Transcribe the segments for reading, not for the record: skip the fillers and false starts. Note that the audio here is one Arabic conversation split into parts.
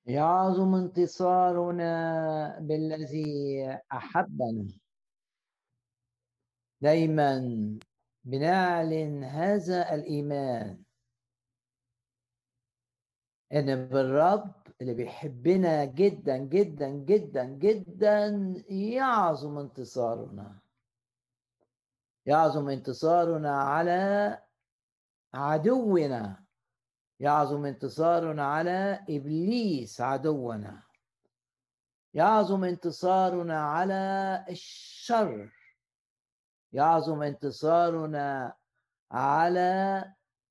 يعظم انتصارنا بالذي أحبنا. دايما بنعلن هذا الإيمان إن بالرب اللي بيحبنا جدا جدا جدا جدا يعظم انتصارنا. يعظم انتصارنا على عدونا. يعظم انتصارنا على إبليس عدونا. يعظم انتصارنا على الشر. يعظم انتصارنا على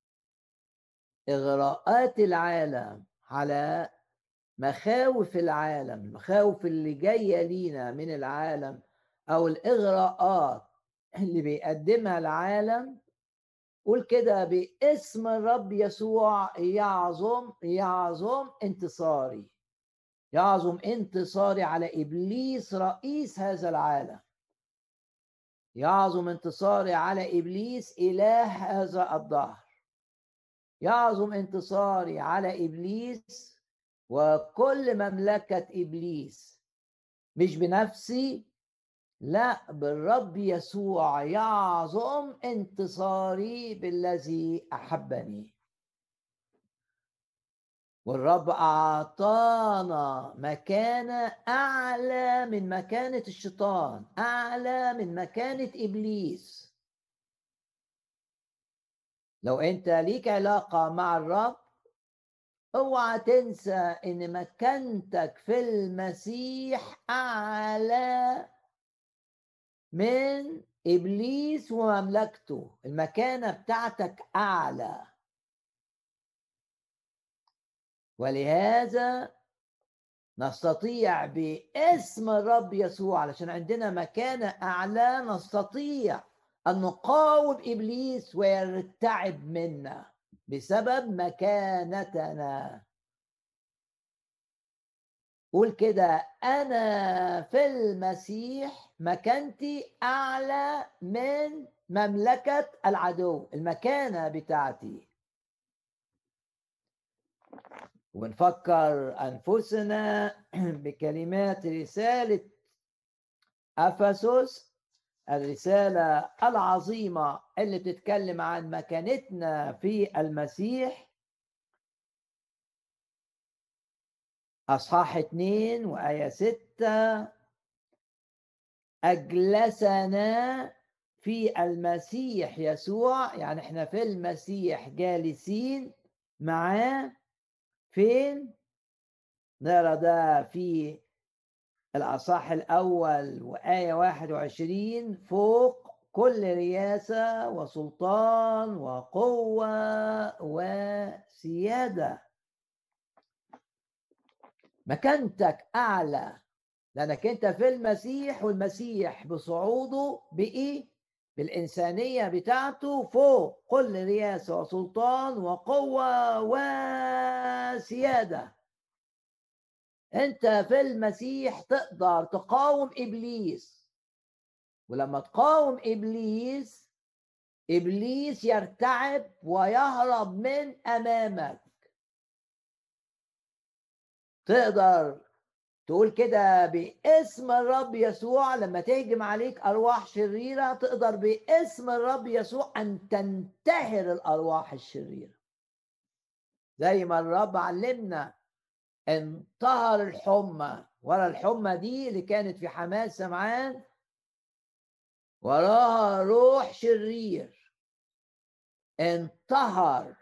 إغراءات العالم، على مخاوف العالم، المخاوف اللي جاية لينا من العالم أو الإغراءات اللي بيقدمها العالم. قول كده: باسم الرب يسوع يعظم انتصاري. يعظم انتصاري على إبليس رئيس هذا العالم. يعظم انتصاري على إبليس إله هذا الدهر. يعظم انتصاري على إبليس وكل مملكة إبليس، مش بنفسي، لا، بالرب يسوع يعظم انتصاري بالذي أحبني. والرب أعطانا مكانة أعلى من مكانة الشيطان، أعلى من مكانة إبليس. لو أنت ليك علاقة مع الرب، اوعى تنسى ان مكانتك في المسيح اعلى من ابليس ومملكته. المكانة بتاعتك اعلى، ولهذا نستطيع باسم الرب يسوع، علشان عندنا مكانة اعلى، نستطيع ان نقاوم ابليس ويرتعب منا بسبب مكانتنا. قول كده: أنا في المسيح مكانتي أعلى من مملكة العدو، المكانة بتاعتي. ونفكر أنفسنا بكلمات رسالة أفسس، الرسالة العظيمة اللي بتتكلم عن مكانتنا في المسيح. أصحاح 2 وآية 6: أجلسنا في المسيح يسوع، يعني احنا في المسيح جالسين معاه. فين؟ نرى ده في الأصحاح الأول وآية 21: فوق كل رياسة وسلطان وقوة وسيادة. مكانتك أعلى لأنك أنت في المسيح، والمسيح بصعوده بإيه؟ بالإنسانية بتاعته فوق كل رياسة وسلطان وقوة وسيادة. أنت في المسيح تقدر تقاوم إبليس، ولما تقاوم إبليس، إبليس يرتعب ويهرب من أمامك. تقدر تقول كده: باسم الرب يسوع، لما تهجم عليك أرواح شريرة تقدر باسم الرب يسوع أن تنتهر الأرواح الشريرة. زي ما الرب علمنا انتهر الحمى. ورا الحمى دي اللي كانت في حماة سمعان وراها روح شرير. انتهر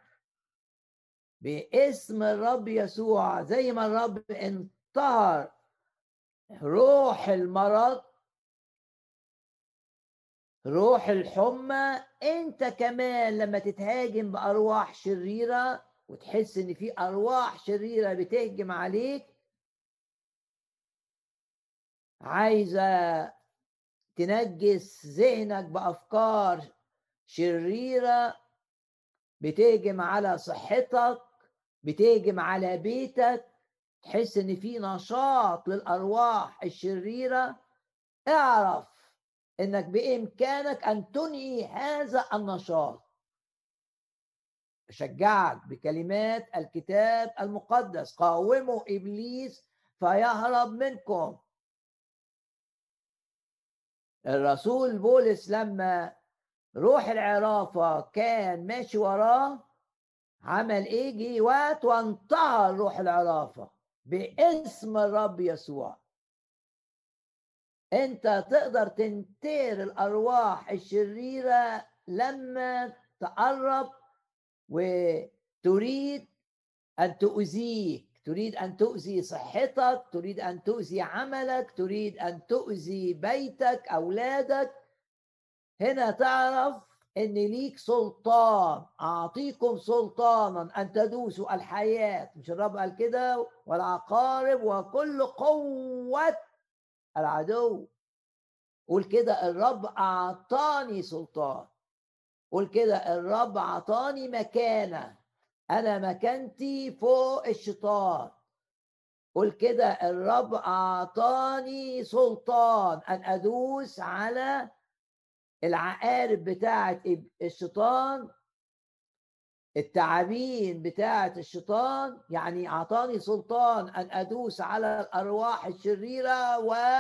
باسم الرب يسوع، زي ما الرب انتهر روح المرض، روح الحمى. انت كمان لما تتهاجم بارواح شريره وتحس ان في ارواح شريره بتهجم عليك، عايزه تنجس ذهنك بافكار شريره بتهجم على صحتك، بتهجم على بيتك، تحس ان في نشاط للارواح الشريره، اعرف انك بامكانك ان تنهي هذا النشاط. أشجعك بكلمات الكتاب المقدس: قاوموا إبليس فيهرب منكم. الرسول بولس لما روح العرافة كان ماشي وراه عمل ايه؟ جه وقت وانتهر روح العرافة باسم الرب يسوع. انت تقدر تنتهر الارواح الشريرة لما تقرب وتريد ان تؤذيك، تريد ان تؤذي صحتك، تريد ان تؤذي عملك، تريد ان تؤذي بيتك، اولادك. هنا تعرف ان ليك سلطان. اعطيكم سلطانا ان تدوسوا الحياة، مش الرب قال كده؟ والعقارب وكل قوة العدو. قول كده: الرب اعطاني سلطان. قول كده: الرب اعطاني مكانة، انا مكانتي فوق الشيطان. قول كده: الرب اعطاني سلطان ان ادوس على العقارب بتاعة الشيطان، التعابين بتاعة الشيطان. يعني أعطاني سلطان أن أدوس على الأرواح الشريرة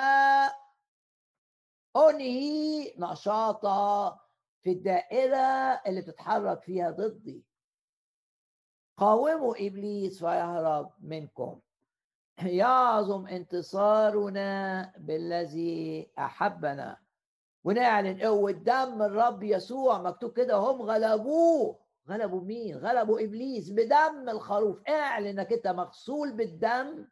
وأنهي نشاطها في الدائرة اللي بتتحرك فيها ضدي. قاوموا إبليس فيهرب منكم. يعظم انتصارنا بالذي أحبنا. ونعلن قوة دم الرب يسوع. مكتوب كده: هم غلبوه. غلبوا مين؟ غلبوا إبليس بدم الخروف. اعلن انك انت مغسول بالدم.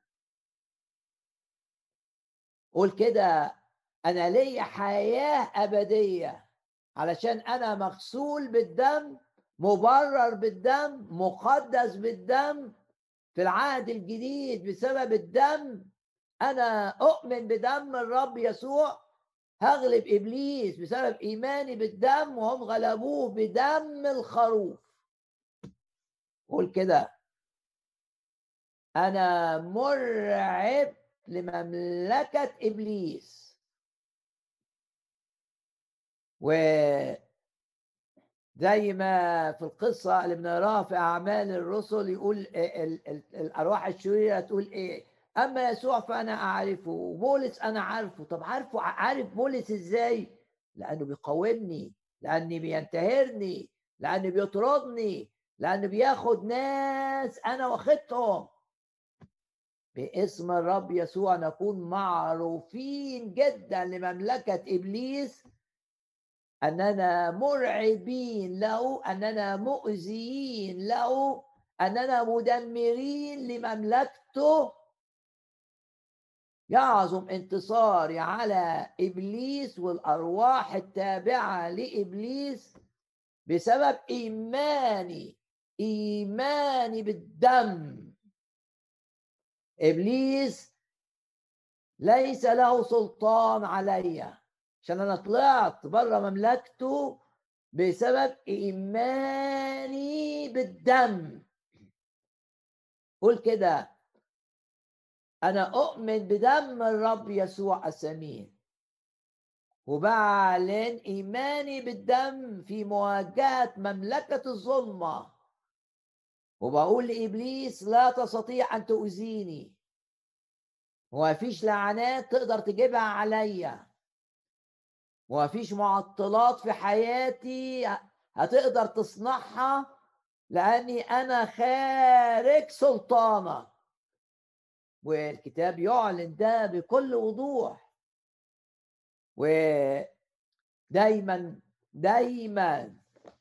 قول كده: انا لي حياة أبدية علشان انا مغسول بالدم، مبرر بالدم، مقدس بالدم. في العهد الجديد بسبب الدم. انا اؤمن بدم الرب يسوع. هغلب إبليس بسبب إيماني بالدم، وهم غلبوه بدم الخروف. قول كده: أنا مرعب لمملكة إبليس. وزي ما في القصة اللي بنقراها في أعمال الرسل يقول الأرواح الشريرة تقول إيه؟ أما يسوع فأنا أعرفه، وبولس أنا عارفه. طب عارف بولس إزاي؟ لأنه بيقاومني، لأنه بينتهرني، لأنه بيطردني، لأنه بياخد ناس أنا واخدهم. باسم الرب يسوع نكون معروفين جدا لمملكة إبليس أننا مرعبين له، أننا مؤذيين له، أننا مدمرين لمملكته. يعظم انتصاري على إبليس والأرواح التابعة لإبليس بسبب إيماني بالدم. إبليس ليس له سلطان علي، عشان أنا طلعت بره مملكته بسبب إيماني بالدم. قول كده: أنا أؤمن بدم الرب يسوع الثمين، وبعلن إيماني بالدم في مواجهة مملكة الظلمة، وبقول لإبليس: لا تستطيع أن تؤذيني، ومفيش لعنات تقدر تجيبها عليا، ومفيش معطلات في حياتي هتقدر تصنعها، لأني أنا خارج سلطانك. والكتاب يعلن ده بكل وضوح. ودايما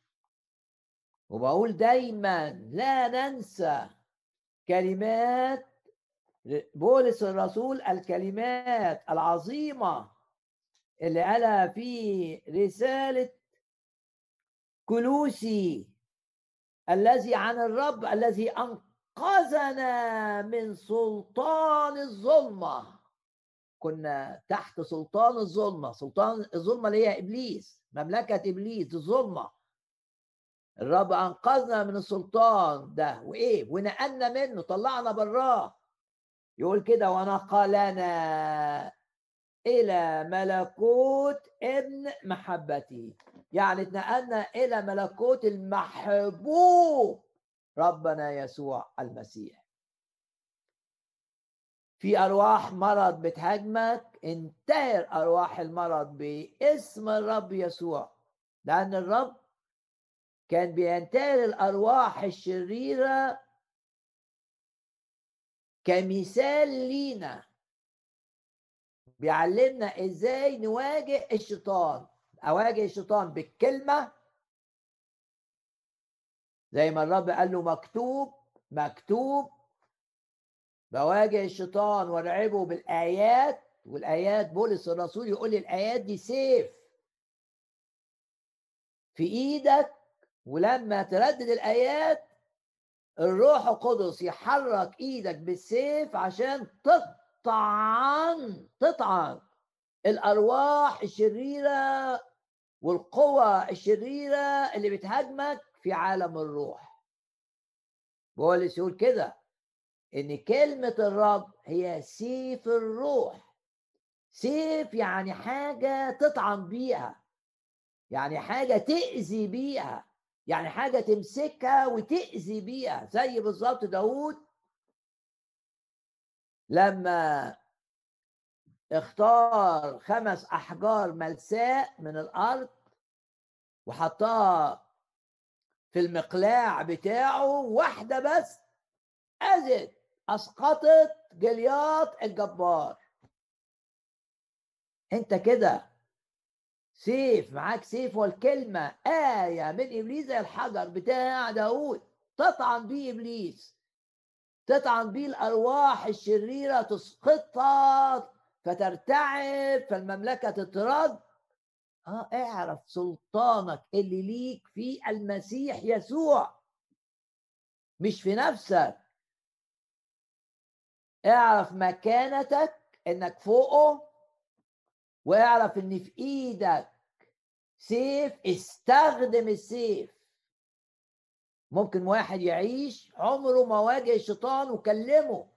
وبقول دايما لا ننسى كلمات بولس الرسول، الكلمات العظيمة اللي قالها في رسالة كلوسي: الذي عن الرب الذي أنقذنا من سلطان الظلمة. كنا تحت سلطان الظلمة. سلطان الظلمة اللي هي إبليس، مملكة إبليس الظلمة. الرب أنقذنا من السلطان ده وإيه، ونقلنا منه، طلعنا براه. يقول كده: ونقلنا إلى ملكوت ابن محبتي. يعني اتنقلنا إلى ملكوت المحبوب ربنا يسوع المسيح. في أرواح مرض بتهاجمك، انتهر أرواح المرض باسم الرب يسوع، لأن الرب كان بينتهر الأرواح الشريرة كمثال لينا، بيعلمنا إزاي نواجه الشيطان. أواجه الشيطان بالكلمة زي ما الرب قال له مكتوب مكتوب. بواجه الشيطان وارعبه بالآيات، والآيات بولس الرسول يقول لي الآيات دي سيف في إيدك، ولما تردد الآيات الروح القدس يحرك إيدك بالسيف عشان تطعن الأرواح الشريرة والقوى الشريرة اللي بتهاجمك في عالم الروح. بولس يقول كده إن كلمة الرب هي سيف الروح. سيف يعني حاجة تطعن بيها، يعني حاجة تأذي بيها، يعني حاجة تمسكها وتأذي بيها. زي بالظبط داود لما اختار 5 أحجار ملساء من الأرض وحطها في المقلاع بتاعه، واحدة بس أذت أسقطت جليات الجبار. انت كده سيف، معاك سيف والكلمة آية من إبليس زي الحجر بتاع داود، تطعن بيه إبليس، تطعن بيه الأرواح الشريرة، تسقطها فترتعب فالمملكة تترد. اعرف سلطانك اللي ليك في المسيح يسوع، مش في نفسك. اعرف مكانتك انك فوقه، واعرف ان في ايدك سيف، استخدم السيف. ممكن واحد يعيش عمره ما واجه الشيطان وكلمه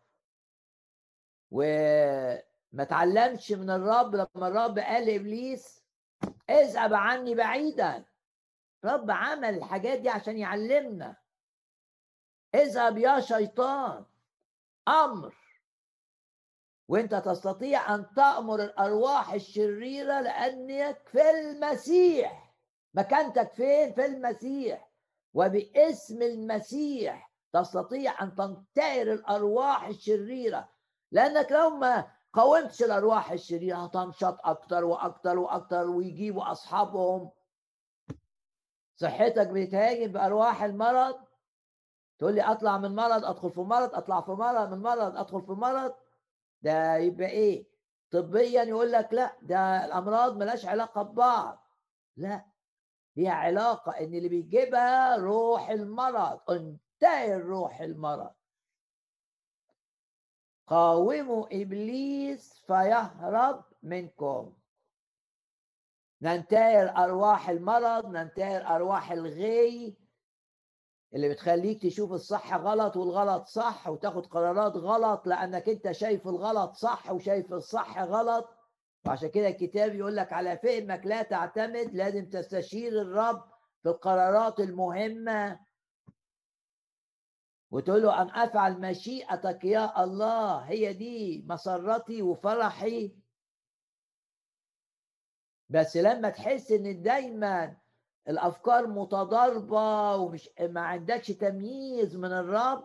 وما تعلمش من الرب، لما الرب قال لإبليس اذهب عني بعيدا. رب عمل الحاجات دي عشان يعلمنا. اذهب يا شيطان، أمر، وانت تستطيع أن تأمر الأرواح الشريرة لأنك في المسيح. مكانتك فين؟ في المسيح. وباسم المسيح تستطيع أن تنتهر الأرواح الشريرة، لأنك لو ما قاومتش الأرواح الشريرة هتنشط أكتر وأكتر وأكتر ويجيبوا أصحابهم. صحتك بتهاجم بأرواح المرض، تقول لي أطلع من مرض أدخل في مرض، أطلع في مرض من مرض أدخل في مرض. ده يبقى إيه؟ طبيا يقول لك لا، ده الأمراض ملاش علاقة ببعض. لا، ليها علاقة، إن اللي بيجيبها روح المرض. انتهر روح المرض. قاوموا إبليس فيهرب منكم. ننتهر أرواح المرض، ننتهر أرواح الغي اللي بتخليك تشوف الصح غلط والغلط صح وتاخد قرارات غلط لأنك أنت شايف الغلط صح وشايف الصح غلط. وعشان كده الكتاب يقول لك على فهمك لا تعتمد، لازم تستشير الرب في القرارات المهمة وتقول له أن أفعل مشيئتك يا الله، هي دي مسرتي وفرحي. بس لما تحس ان دايما الافكار متضاربه ومش ما عندكش تمييز من الرب،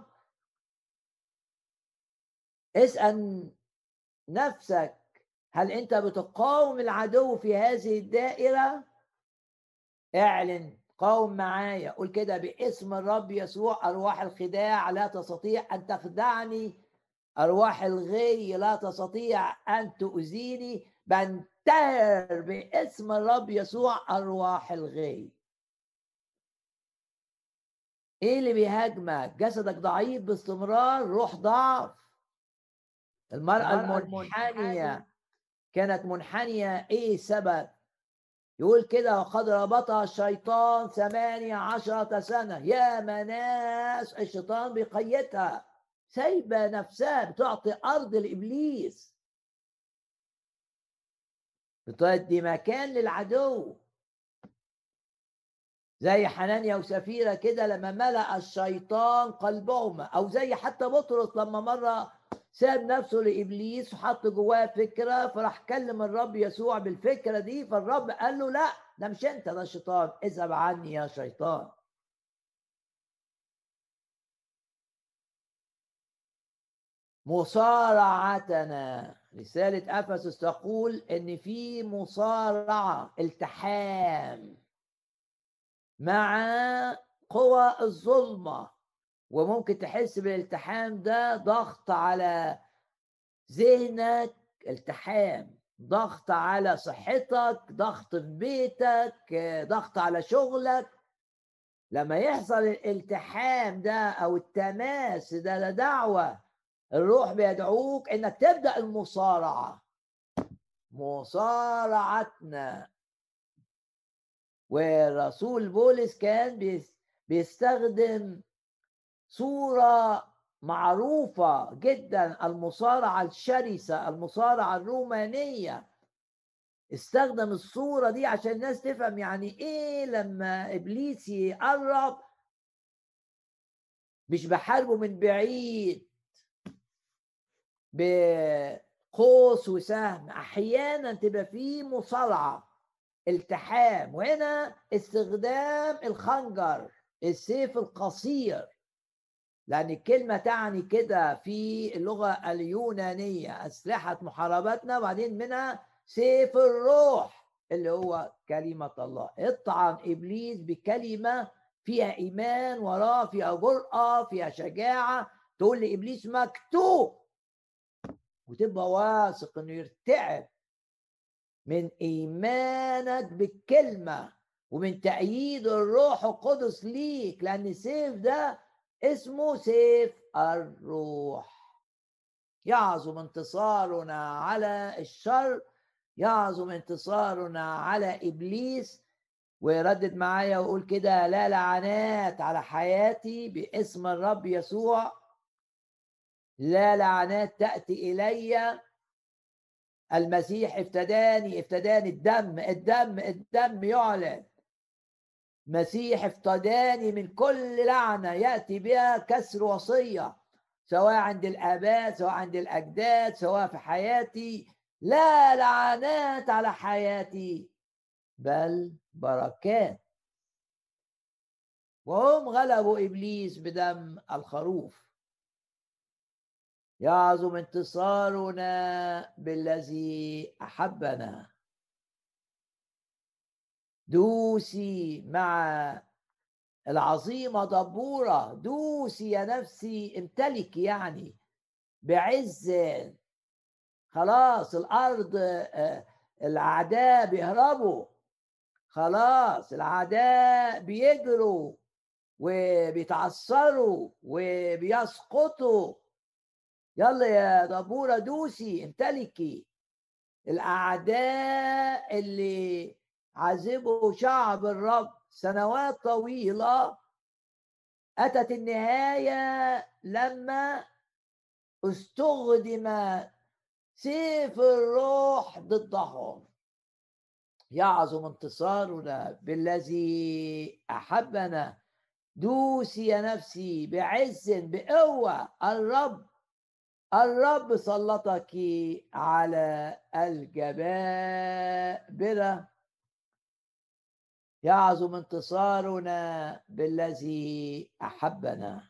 اسأل نفسك هل انت بتقاوم العدو في هذه الدائره؟ اعلن قاوم معايا، قول كده باسم الرب يسوع ارواح الخداع لا تستطيع ان تخدعني، ارواح الغي لا تستطيع ان تؤذيني. بنتهر باسم الرب يسوع ارواح الغي. ايه اللي بيهاجمك؟ جسدك ضعيف باستمرار، روح ضعف. المرأة المنحنية كانت منحنية، ايه سبب؟ يقول كده وقد ربطها الشيطان 18 سنة. يا مناس الشيطان بيقيدها، سايبة نفسها بتعطي أرض لإبليس، بتدي مكان للعدو. زي حنانيا وسفيرة كده لما ملأ الشيطان قلبهما، أو زي حتى بطرس لما مرة ساب نفسه لإبليس وحط جواه فكرة، فراح كلم الرب يسوع بالفكرة دي، فالرب قال له لا ده مش أنت، ده الشيطان، اذهب عني يا شيطان. مصارعتنا، رسالة أفسس تقول إن في مصارعة، التحام مع قوى الظلمة، وممكن تحس بالالتحام ده ضغط على ذهنك، التحام ضغط على صحتك، ضغط في بيتك، ضغط على شغلك. لما يحصل الالتحام ده او التماس ده دعوة الروح بيدعوك انك تبدأ المصارعة، مصارعتنا. والرسول بولس كان بيستخدم صورة معروفة جدا، المصارعة الشرسة، المصارعة الرومانية. استخدم الصورة دي عشان الناس تفهم يعني ايه لما ابليس يقرب، مش بحاربه من بعيد بقوس وسهم، احيانا تبقى فيه مصارعة، التحام، وهنا استخدام الخنجر، السيف القصير، لأن الكلمة تعني كده في اللغة اليونانية أسلحة محاربتنا، وبعدين منها سيف الروح اللي هو كلمة الله. اطعن إبليس بكلمة فيها إيمان وراه، فيها جرأة، فيها شجاعة، تقول لإبليس مكتوب، وتبقى واثق إنه يرتعب من إيمانك بالكلمة ومن تأييد الروح القدس ليك، لأن السيف ده اسمه سيف الروح. يعظم انتصارنا على الشر، يعظم انتصارنا على إبليس. ويردد معايا ويقول كده: لا لعنات على حياتي باسم الرب يسوع، لا لعنات تأتي إلي، المسيح افتداني، افتداني، الدم الدم الدم يعلن، مسيح افتداني من كل لعنة يأتي بها كسر وصية، سواء عند الآباء، سواء عند الأجداد، سواء في حياتي. لا لعنات على حياتي بل بركات. وهم غلبوا إبليس بدم الخروف. يعظم انتصارنا بالذي أحبنا. دوسي مع العظيمة دبورة، دوسي يا نفسي، امتلكي يعني بعز. خلاص الأرض، الأعداء بيهربوا، خلاص الأعداء بيجروا وبيتعثروا وبيسقطوا. يلا يا دبورة دوسي، امتلكي. الأعداء اللي عذبوا شعب الرب سنوات طويلة أتت النهاية لما استخدم سيف الروح ضدهم. يعظم انتصارنا بالذي أحبنا. دوسي يا نفسي بعز بقوة، الرب سلطك على الجبابرة. يعظم انتصارنا بالذي أحبنا.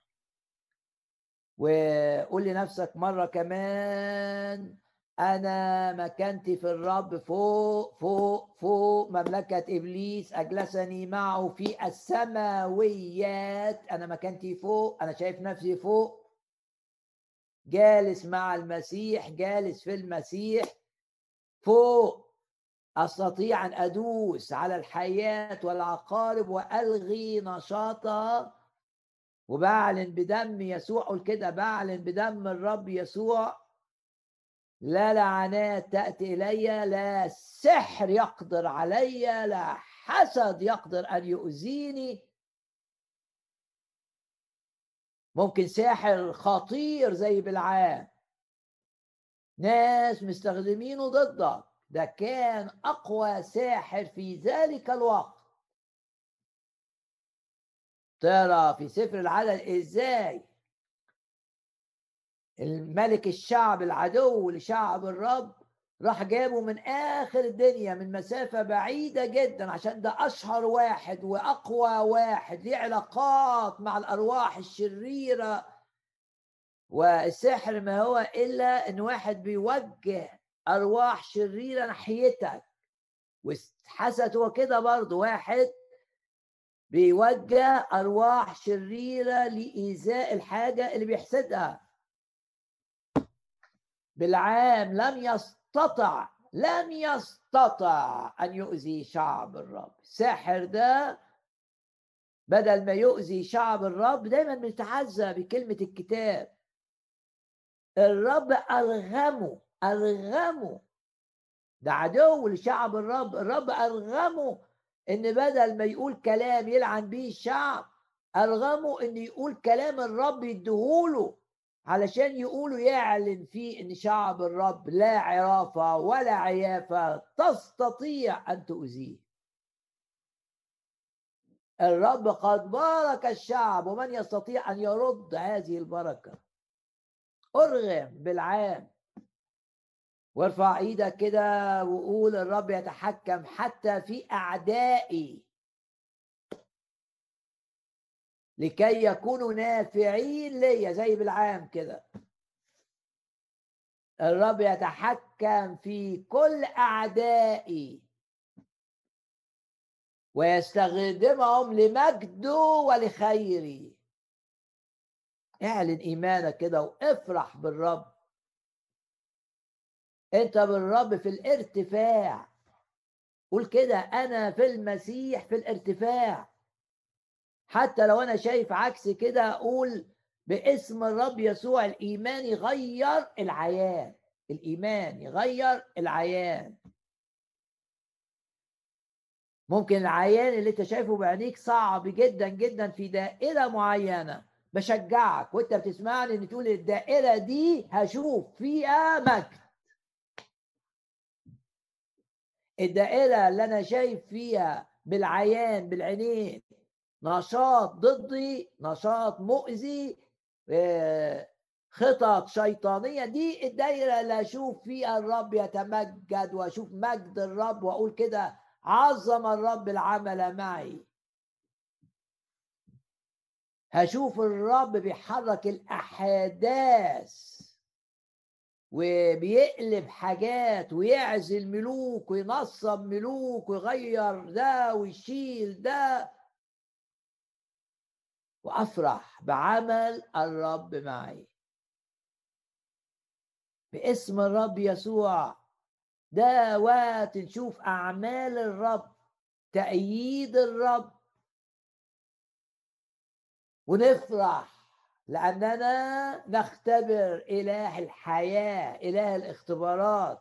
وقول لنفسك مرة كمان: أنا مكانتي في الرب فوق فوق فوق مملكة إبليس، أجلسني معه في السماويات. أنا مكانتي فوق، أنا شايف نفسي فوق، جالس مع المسيح، جالس في المسيح فوق. أستطيع أن أدوس على الحياة والعقارب وألغي نشاطها. وبعلن بدم يسوع، قول كده: بعلن بدم الرب يسوع، لا لعنات تأتي إلي، لا سحر يقدر علي، لا حسد يقدر أن يؤذيني. ممكن ساحر خطير زي بلعام، ناس مستخدمينه ضدك، ده كان أقوى ساحر في ذلك الوقت، ترى في سفر العدد ازاي الملك الشعب العدو لشعب الرب راح جابه من اخر الدنيا من مسافة بعيدة جدا، عشان ده اشهر واحد واقوى واحد ليه علاقات مع الارواح الشريرة. والسحر ما هو الا ان واحد بيوجه ارواح شريرة ناحيتك، والحسد هو كده برضه، واحد بيوجه ارواح شريرة لايذاء الحاجة اللي بيحسدها. بالعام لم يستطع أن يؤذي شعب الرب. الساحر ده بدل ما يؤذي شعب الرب، دايما بنتعزى بكلمة الكتاب، الرب أرغمه. ده عدو لشعب الرب أرغمه إن بدل ما يقول كلام يلعن بيه الشعب، أرغمه إن يقول كلام الرب يديهوله، علشان يقولوا يعلن فيه ان شعب الرب لا عرافة ولا عيافة تستطيع ان تؤذيه. الرب قد بارك الشعب، ومن يستطيع ان يرد هذه البركة؟ ارغم بالعام، وارفع ايدك كده وقول الرب يتحكم حتى في اعدائي لكي يكونوا نافعين ليا، زي بالعام كده. الرب يتحكم في كل أعدائي ويستخدمهم لمجده ولخيري. اعلن إيمانك كده وافرح بالرب. أنت بالرب في الارتفاع. قول كده أنا في المسيح في الارتفاع. حتى لو أنا شايف عكس كده، أقول باسم الرب يسوع الإيمان يغير العيان. الإيمان يغير العيان. ممكن العيان اللي انت شايفه بعينيك صعب جدا جدا في دائرة معينة، بشجعك وانت بتسمعني ان تقول الدائرة دي هشوف فيها مجد. الدائرة اللي انا شايف فيها بالعيان بالعينين نشاط ضدي، نشاط مؤذي، خطط شيطانية، دي الدائرة اللي اشوف فيها الرب يتمجد واشوف مجد الرب واقول كده عظم الرب العمل معي. هشوف الرب بيحرك الأحداث وبيقلب حاجات ويعزل ملوك وينصب ملوك ويغير ده ويشيل ده، وأفرح بعمل الرب معي باسم الرب يسوع. ده وقت نشوف أعمال الرب، تأييد الرب، ونفرح لأننا نختبر إله الحياة، إله الاختبارات.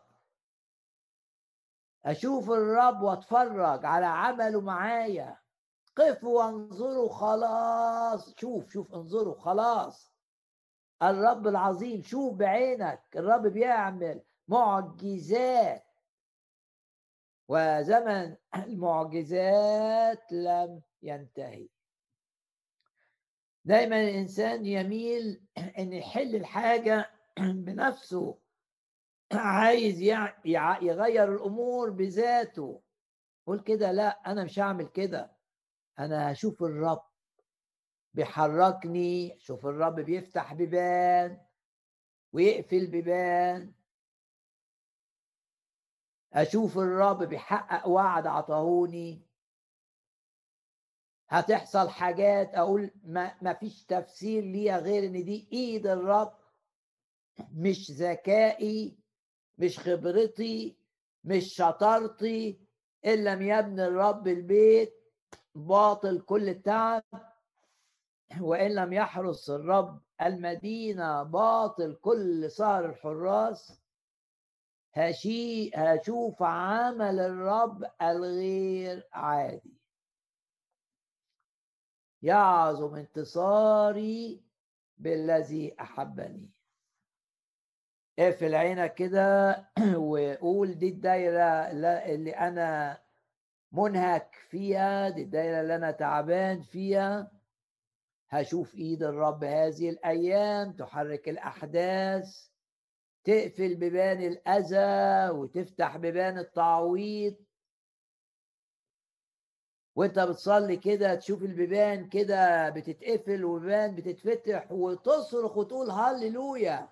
أشوف الرب وأتفرج على عمله معايا. قفوا وانظروا خلاص. شوف انظروا خلاص الرب العظيم. شوف بعينك الرب بيعمل معجزات، وزمن المعجزات لم ينتهي. دايما الإنسان يميل أن يحل الحاجة بنفسه، عايز يغير الأمور بذاته. قول كده لا، أنا مش هعمل كده. أنا هشوف الرب بيحركني، شوف الرب بيفتح بيبان ويقفل بيبان. أشوف الرب بيحقق وعد عطاهوني. هتحصل حاجات أقول ما فيش تفسير ليها غير إن دي إيد الرب، مش ذكائي، مش خبرتي، مش شطارتي. إن لم يبني الرب البيت باطل كل التعب، وإن لم يحرس الرب المدينة باطل كل سهر الحراس. هشوف عمل الرب الغير عادي. يعظم انتصاري بالذي أحبني. اقفل عينك كده وقول دي الدايرة اللي أنا منهك فيها، دي الدايرة اللي أنا تعبان فيها. هشوف ايد الرب هذه الايام تحرك الاحداث، تقفل بيبان الاذى وتفتح بيبان التعويض. وانت بتصلي كده تشوف البيبان كده بتتقفل وبيبان بتتفتح وتصرخ وتقول هللويا.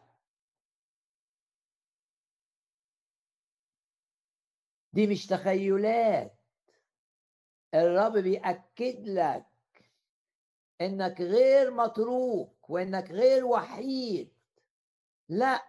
دي مش تخيلات، الرب بيأكد لك انك غير متروك وانك غير وحيد. لا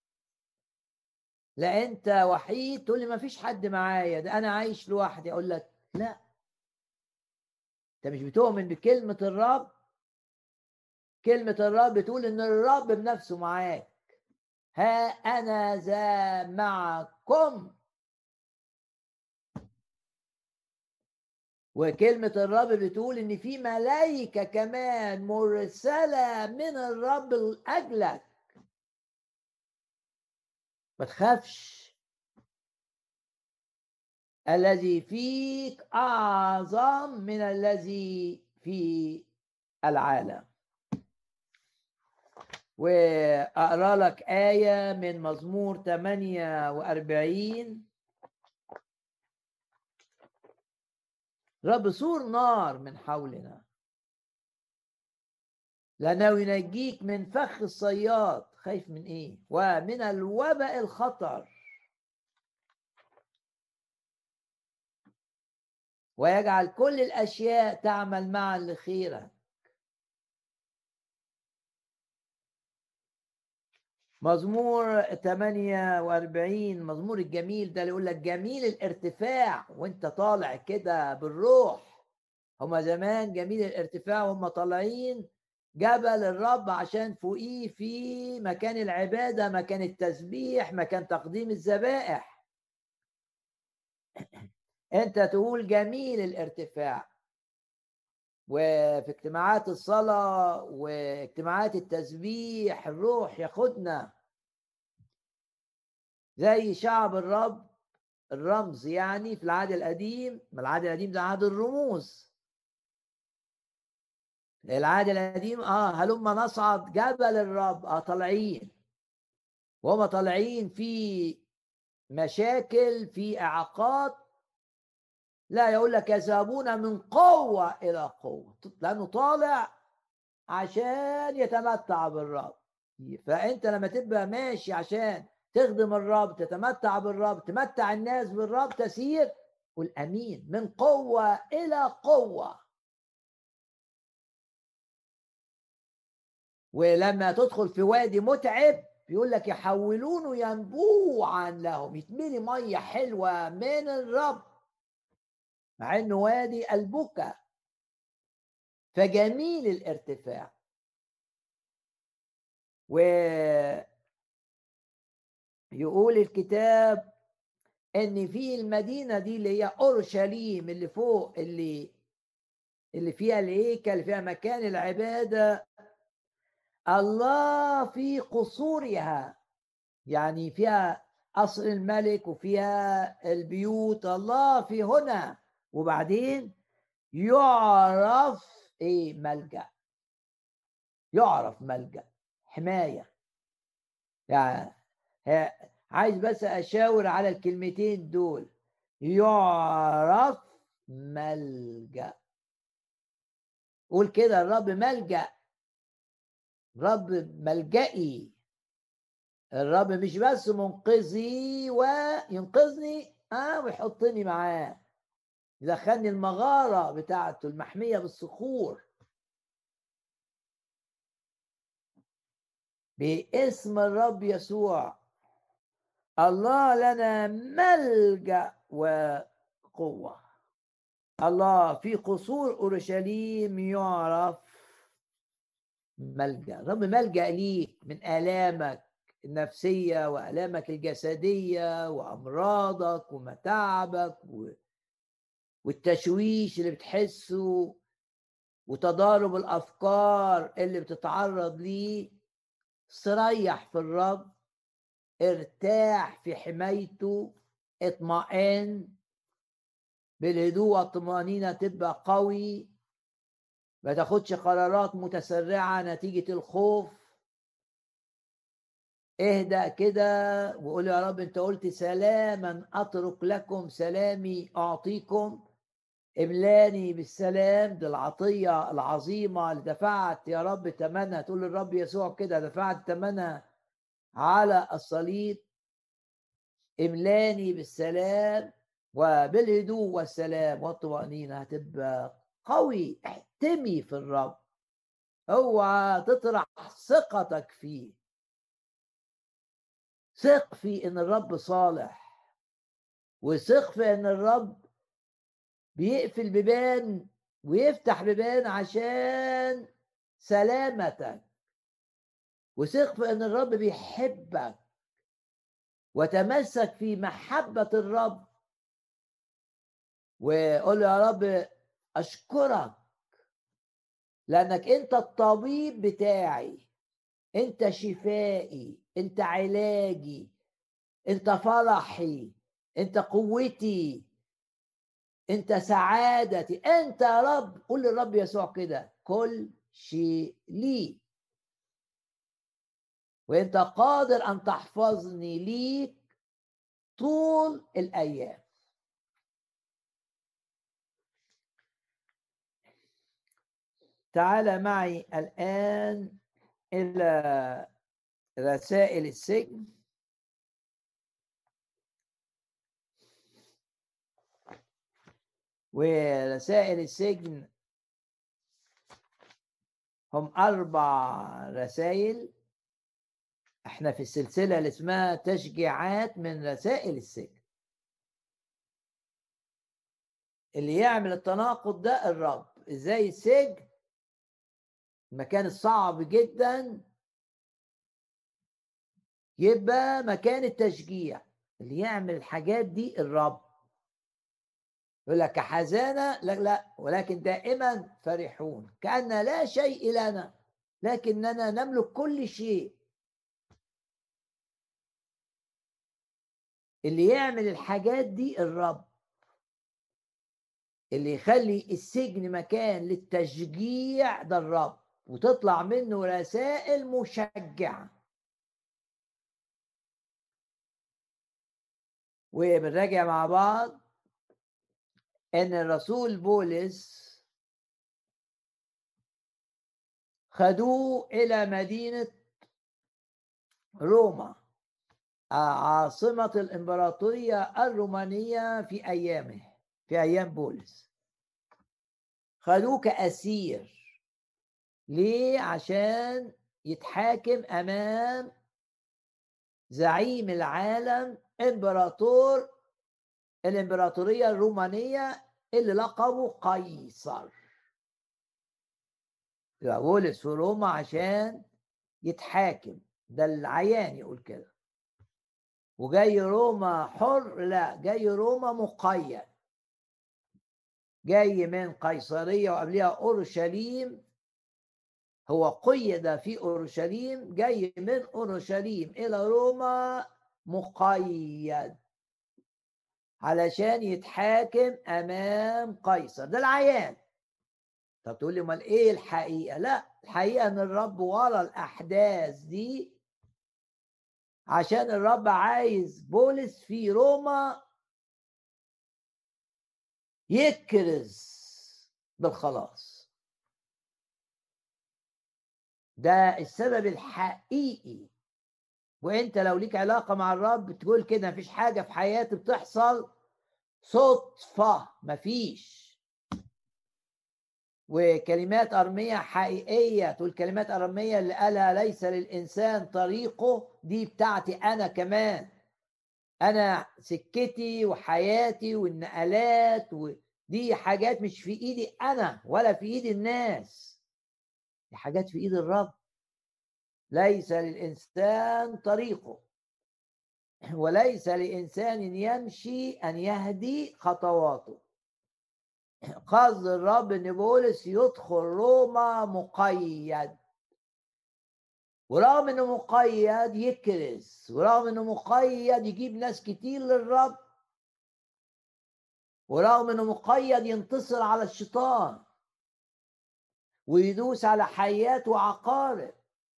انت وحيد. تقول لي ما فيش حد معايا، ده انا عايش لوحدي. اقول لك لا، انت مش بتؤمن بكلمة الرب. كلمة الرب بتقول ان الرب بنفسه معاك. ها انا ذا معكم. وكلمة الرب بتقول ان في ملائكة كمان مرسلة من الرب لأجلك. ما تخافش، الذي فيك أعظم من الذي في العالم. وأقرأ لك آية من مزمور 48. رب سور نار من حولنا، لأنه ينجيك من فخ الصياد. خايف من إيه؟ ومن الوباء الخطر، ويجعل كل الأشياء تعمل معا لخيرك. مزمور 48، مزمور الجميل ده اللي يقول لك جميل الارتفاع وانت طالع كده بالروح. هما زمان جميل الارتفاع وهم طالعين جبل الرب عشان فوقيه في مكان العبادة، مكان التسبيح، مكان تقديم الذبائح. انت تقول جميل الارتفاع. وفي اجتماعات الصلاة واجتماعات التسبيح الروح ياخدنا زي شعب الرب. الرمز يعني في العهد القديم، ما العهد القديم ده عهد الرموز. العهد القديم هلما نصعد جبل الرب، طالعين. وهم طالعين في مشاكل، في اعاقات. لا، يقول لك يذهبون من قوة إلى قوة، لأنه طالع عشان يتمتع بالرب. فأنت لما تبقى ماشي عشان تخدم الرب، تتمتع بالرب، تمتع الناس بالرب، تسير. قل أمين. من قوة إلى قوة. ولما تدخل في وادي متعب يقول لك يحولونه ينبوعا لهم، يتملي مية حلوة من الرب مع انه وادي البكا. فجميل الارتفاع. ويقول الكتاب ان في المدينه دي اللي هي اورشليم اللي فوق، اللي فيها الهيكل، اللي فيها مكان العباده، الله في قصورها. يعني فيها قصر الملك وفيها البيوت، الله في هنا. وبعدين يعرف ايه؟ ملجأ. يعرف ملجأ، حمايه. يعني عايز بس اشاور على الكلمتين دول. يعرف ملجأ. قول كده: الرب ملجأ، رب ملجئي. الرب مش بس منقذي وينقذني ويحطني معاه، يدخلني المغارة بتاعته المحمية بالصخور. باسم الرب يسوع. الله لنا ملجأ وقوة. الله في قصور أورشليم يعرف ملجأ. رب ملجأ ليك من آلامك النفسية وآلامك الجسدية وأمراضك ومتاعبك والتشويش اللي بتحسه وتضارب الأفكار اللي بتتعرض ليه. استريح في الرب، ارتاح في حمايته، اطمئن بالهدوء والطمأنينة، تبقى قوي. ما تاخدش قرارات متسرعة نتيجة الخوف. اهدأ كده وقول يا رب انت قلت سلاما اترك لكم سلامي اعطيكم. املاني بالسلام، دي العطية العظيمة اللي دفعت يا رب ثمنها. تقول للرب يسوع كده دفعت ثمنها على الصليب. املاني بالسلام وبالهدوء والسلام والطمأنينة. هتبقى قوي. احتمي في الرب، اوعى تطرح ثقتك فيه. ثق في ان الرب صالح، وثق في ان الرب بيقفل بيبان ويفتح بيبان عشان سلامتك. وثق في ان الرب بيحبك، وتمسك في محبة الرب. وقول يا رب اشكرك لانك انت الطبيب بتاعي، انت شفائي، انت علاجي، انت فرحي، انت قوتي، انت سعادتي، انت يا رب. قول للرب يسوع كده كل شيء لي، وانت قادر ان تحفظني ليك طول الايام. تعال معي الان الى رسائل السجن. ورسائل السجن هم 4 رسائل. احنا في السلسلة اللي اسمها تشجيعات من رسائل السجن. اللي يعمل التناقض ده الرب. ازاي السجن المكان الصعب جدا يبقى مكان التشجيع؟ اللي يعمل الحاجات دي الرب. يقول لك حزانة، لا لا، ولكن دائما فرحون، كأن لا شيء لنا لكننا نملك كل شيء. اللي يعمل الحاجات دي الرب. اللي يخلي السجن مكان للتشجيع ده الرب، وتطلع منه رسائل مشجعة. وبنراجع مع بعض ان الرسول بولس خدوه الى مدينة روما، عاصمة الامبراطورية الرومانية في ايامه، في ايام بولس. خدوه كأسير. ليه؟ عشان يتحاكم امام زعيم العالم، امبراطور الامبراطورية الرومانية اللي لقبه قيصر. يبقى بولس في روما عشان يتحاكم، ده العيان يقول كده. وجاي روما حر؟ لا، جاي روما مقيد. جاي من قيصرية وقبلها أورشليم. هو قيد في أورشليم، جاي من أورشليم إلى روما مقيد علشان يتحاكم أمام قيصر. ده العيان. طب تقول لي امال ايه الحقيقة؟ لا، الحقيقة ان الرب ورا الأحداث دي عشان الرب عايز بولس في روما يكرز بالخلاص. ده السبب الحقيقي. وانت لو ليك علاقة مع الرب تقول كده مفيش حاجة في حياتي بتحصل صدفة، مفيش. وكلمات أرمية حقيقية. تقول كلمات أرمية اللي قالها ليس للإنسان طريقه، دي بتاعتي أنا كمان. أنا سكتي وحياتي والنقلات ودي حاجات مش في إيدي أنا ولا في إيد الناس، دي حاجات في إيد الرب. ليس للإنسان طريقه، وليس لإنسان يمشي أن يهدي خطواته. قصد الرب ان بولس يدخل روما مقيد، ورغم انه مقيد يكرز، ورغم انه مقيد يجيب ناس كتير للرب، ورغم انه مقيد ينتصر على الشيطان. ويدوس على حيات وعقارب.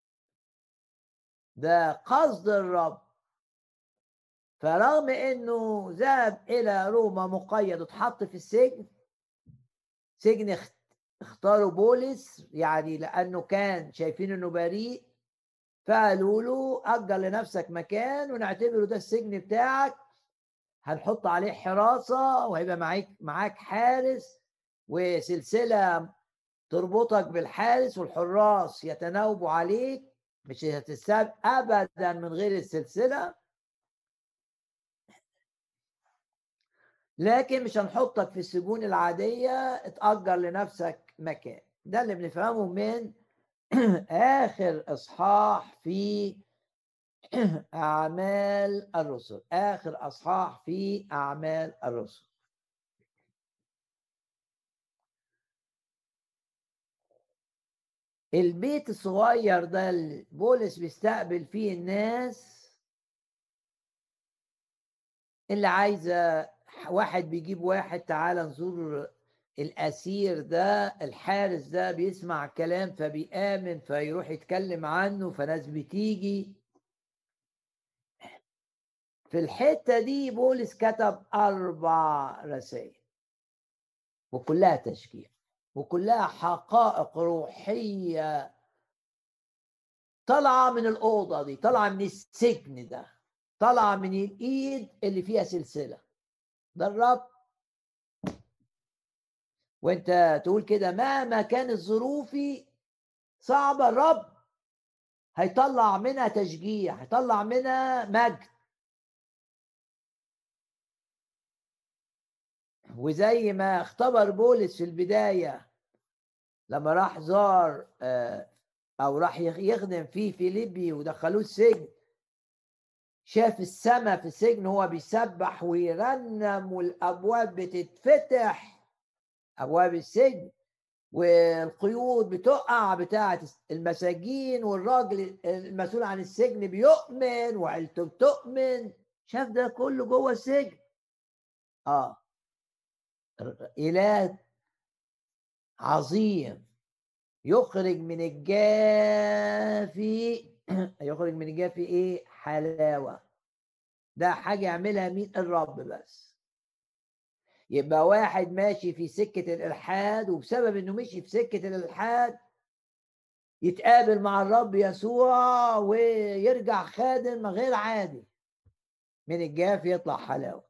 ده قصد الرب. فرغم انه ذهب الى روما مقيد واتحط في السجن، سجن اختاروا بولس يعني لانه كان شايفين انه بريء، فقالوا له اجر لنفسك مكان ونعتبره ده السجن بتاعك، هنحط عليه حراسه وهيبقى معاك حارس وسلسله تربطك بالحارس، والحراس يتناوبوا عليك، مش هتتساب ابدا من غير السلسله، لكن مش هنحطك في السجون العاديه، اتأجر لنفسك مكان. ده اللي بنفهمه من آخر إصحاح في أعمال الرسل. آخر إصحاح في أعمال الرسل. البيت الصغير ده اللي بولس بيستقبل فيه الناس اللي عايزة، واحد بيجيب واحد تعالى نزور الأسير ده، الحارس ده بيسمع كلام فبيآمن فيروح يتكلم عنه، فناس بتيجي. في الحتة دي بولس كتب 4 رسائل وكلها تشجيع وكلها حقائق روحية طالعة من الأوضة دي، طالعة من السجن ده، طالعة من الإيد اللي فيها سلسلة. ده الرب. وانت تقول كده مهما كانت ظروفي صعبة، الرب هيطلع منها تشجيع، هيطلع منها مجد. وزي ما اختبر بولس في البداية لما راح زار او راح يخدم فيه فيليبي ودخلوه السجن، شاف السماء في السجن هو بيسبح ويرنم والابواب بتتفتح، ابواب السجن، والقيود بتقع بتاعه المساجين، والراجل المسؤول عن السجن بيؤمن وعيلته بتؤمن. شاف ده كله جوه السجن. إله عظيم يخرج من الجافي يخرج من الجافي ايه؟ حلاوة. ده حاجة يعملها مين؟ الرب بس. يبقى واحد ماشي في سكة الإلحاد، وبسبب انه مشي في سكة الإلحاد يتقابل مع الرب يسوع ويرجع خادم غير عادي، من الجافي يطلع حلاوة.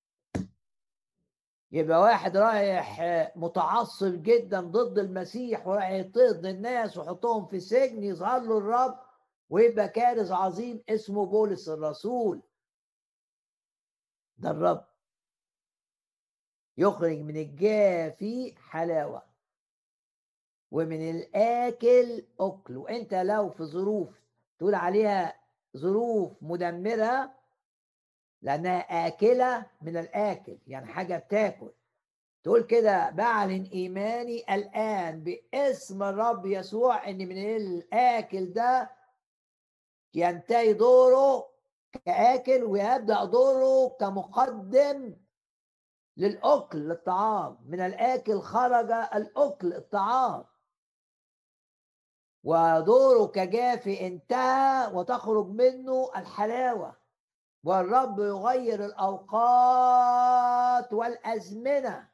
يبقى واحد رايح متعصب جدا ضد المسيح ورايح يضطهد الناس ويحطهم في سجن، يظهر له الرب ويبقى كارث عظيم اسمه بولس الرسول. ده الرب يخرج من الجافي حلاوة ومن الآكل أكل. وانت لو في ظروف تقول عليها ظروف مدمرة لأنها آكلة من الآكل، يعني حاجة بتاكل، تقول كده بعلن إيماني الآن باسم الرب يسوع إن من الآكل ده ينتهي دوره كآكل ويبدأ دوره كمقدم للأكل للطعام. من الآكل خرج الأكل الطعام، ودوره كجافي انتهى وتخرج منه الحلاوة. والرب يغير الأوقات والأزمنة.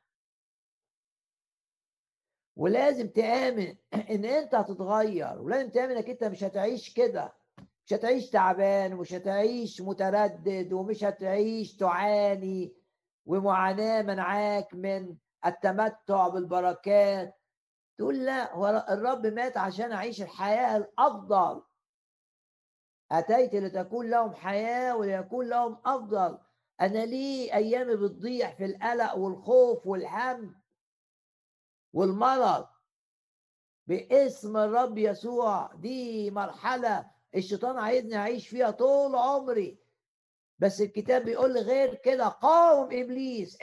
ولازم تآمن ان انت هتتغير، ولازم تآمن انك انت مش هتعيش كده، مش هتعيش تعبان ومش هتعيش متردد ومش هتعيش تعاني ومعاناة منعاك من التمتع بالبركات. تقول لا، هو الرب مات عشان أعيش الحياة الأفضل. أتيت لتكون لهم حياة وليكون لهم أفضل. أنا ليه أيامي بتضيع في القلق والخوف والهم والمرض؟ باسم الرب يسوع دي مرحلة الشيطان عايزني أعيش فيها طول عمري، بس الكتاب بيقول لي غير كده. قاوم إبليس،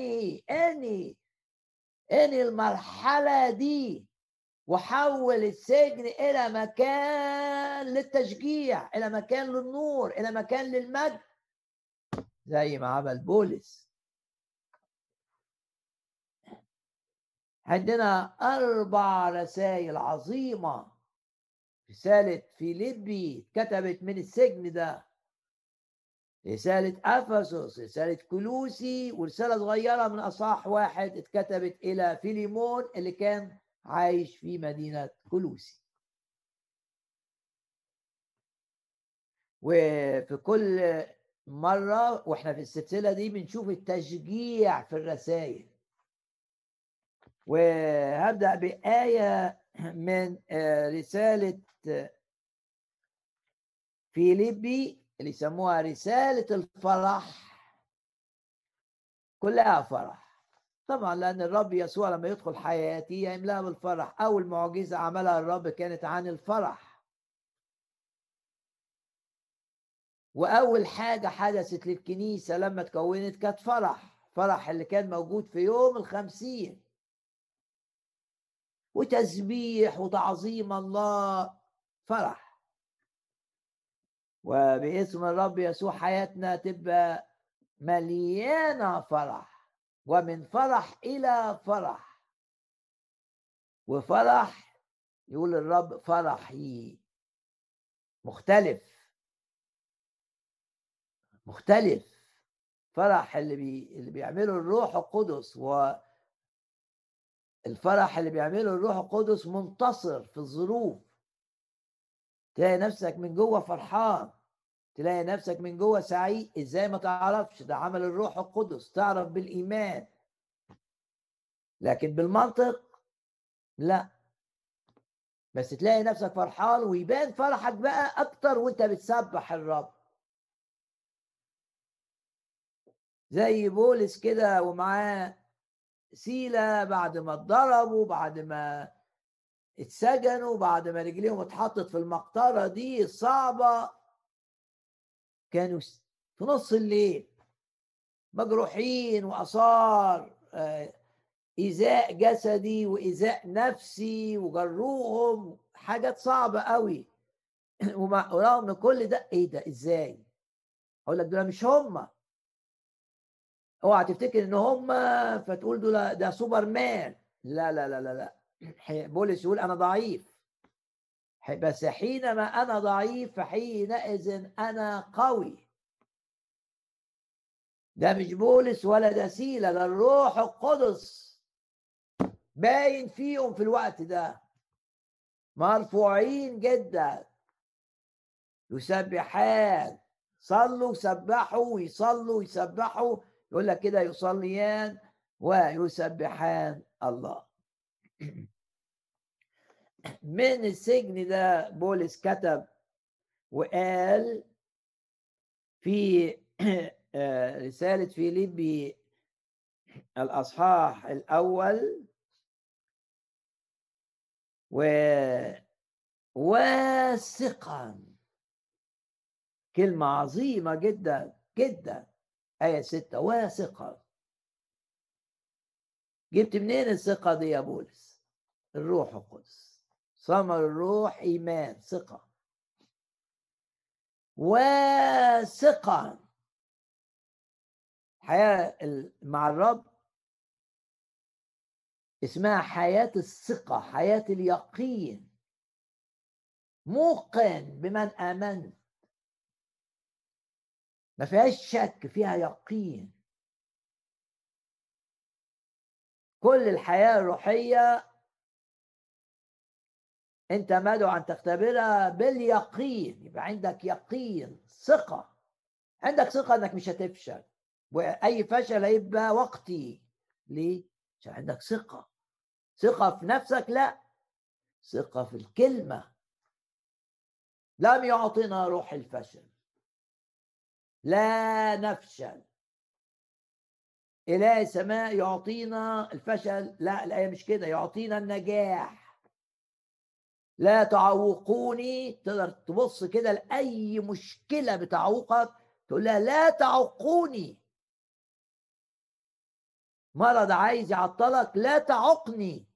اني المرحلة دي، وحول السجن إلى مكان للتشجيع، إلى مكان للنور، إلى مكان للمجد، زي ما عمل بولس. عندنا 4 رسائل عظيمة. رسالة فيليبي كتبت من السجن ده، رسالة أفسس، رسالة كلوسي، ورسالة صغيرة من أصحاح 1 اتكتبت إلى فيليمون اللي كان عايش في مدينة كلوسي. وفي كل مرة واحنا في السلسلة دي بنشوف التشجيع في الرسائل. وهبدأ بآية من رسالة فيليبي اللي يسموها رسالة الفرح. كلها فرح طبعا، لأن الرب يسوع لما يدخل حياتي يملاها بالفرح. أول معجزة عملها الرب كانت عن الفرح، وأول حاجة حدثت للكنيسة لما تكونت كانت فرح اللي كان موجود في يوم 50، وتسبيح وتعظيم الله، فرح. وباسم الرب يسوع حياتنا تبقى مليانة فرح، ومن فرح إلى فرح. وفرح يقول الرب فرحي مختلف فرح اللي بيعمله الروح القدس. والفرح اللي بيعمله الروح القدس منتصر في الظروف. تلاقي نفسك من جوه فرحان، تلاقي نفسك من جوه سعيد. ازاي؟ ما تعرفش، ده عمل الروح القدس. تعرف بالإيمان، لكن بالمنطق لا. بس تلاقي نفسك فرحان، ويبان فرحك بقى اكتر وانت بتسبح الرب. زي بولس كده ومعاه سيلة، بعد ما اتضربوا، بعد ما اتسجنوا، بعد ما رجليهم اتحطت في المقطرة دي الصعبة، كانوا في نص الليل مجروحين وآثار إيذاء جسدي وإيذاء نفسي، وجروهم حاجات صعبة قوي. ورغم كل ده، ايه ده؟ ازاي؟ اقول لك دول مش هم. اوعى تفتكر ان هم فتقول دول ده سوبرمان. لا لا لا لا لا. بولس يقول انا ضعيف، بس حينما انا ضعيف فحينئذ انا قوي. ده مش بولس ولا ده سيلة، ده الروح القدس باين فيهم في الوقت ده، مرفوعين جدا، يسبحان. صلوا سبحوا، ويصلوا يسبحوا. يقول لك كده يصليان ويسبحان الله. من السجن ده بولس كتب وقال في رسالة فيليبي الأصحاح الأول، واثقا، كلمة عظيمة جدا جدا، آية 6، واثقا. جبت منين الثقة دي يا بولس؟ الروح القدس. ثمر الروح إيمان، ثقة. واثقا، حياة مع الرب اسمها حياة الثقة، حياة اليقين. موقن بمن آمنت، ما فيهاش شك، فيها يقين. كل الحياة الروحية انت مدعو ان تختبرها باليقين. يبقى عندك يقين، ثقة. عندك ثقة انك مش هتفشل، واي فشل هيبقى وقتي. ليه؟ عشان عندك ثقة. ثقة في نفسك؟ لا، ثقة في الكلمة. لم يعطنا روح الفشل، لا نفشل. إله السماء يعطينا الفشل؟ لا، الآية مش كده، يعطينا النجاح. لا تعوقوني. تقدر تبص كده لأي مشكلة بتعوقك تقول لها لا تعوقوني. مرض عايز يعطلك، لا تعوقني،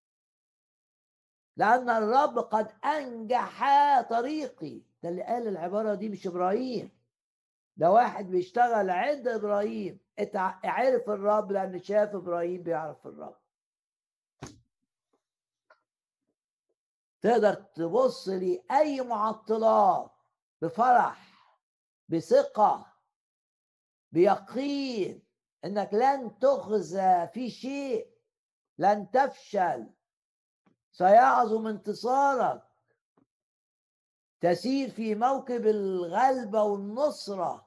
لأن الرب قد أنجح طريقي. ده اللي قال العبارة دي مش إبراهيم، ده واحد بيشتغل عند إبراهيم. عرف الرب لأن شاف إبراهيم بيعرف الرب. تقدر تبص لأي معطلات بفرح، بثقة، بيقين انك لن تخزى في شيء، لن تفشل، سيعظم انتصارك، تسير في موكب الغلبة والنصرة،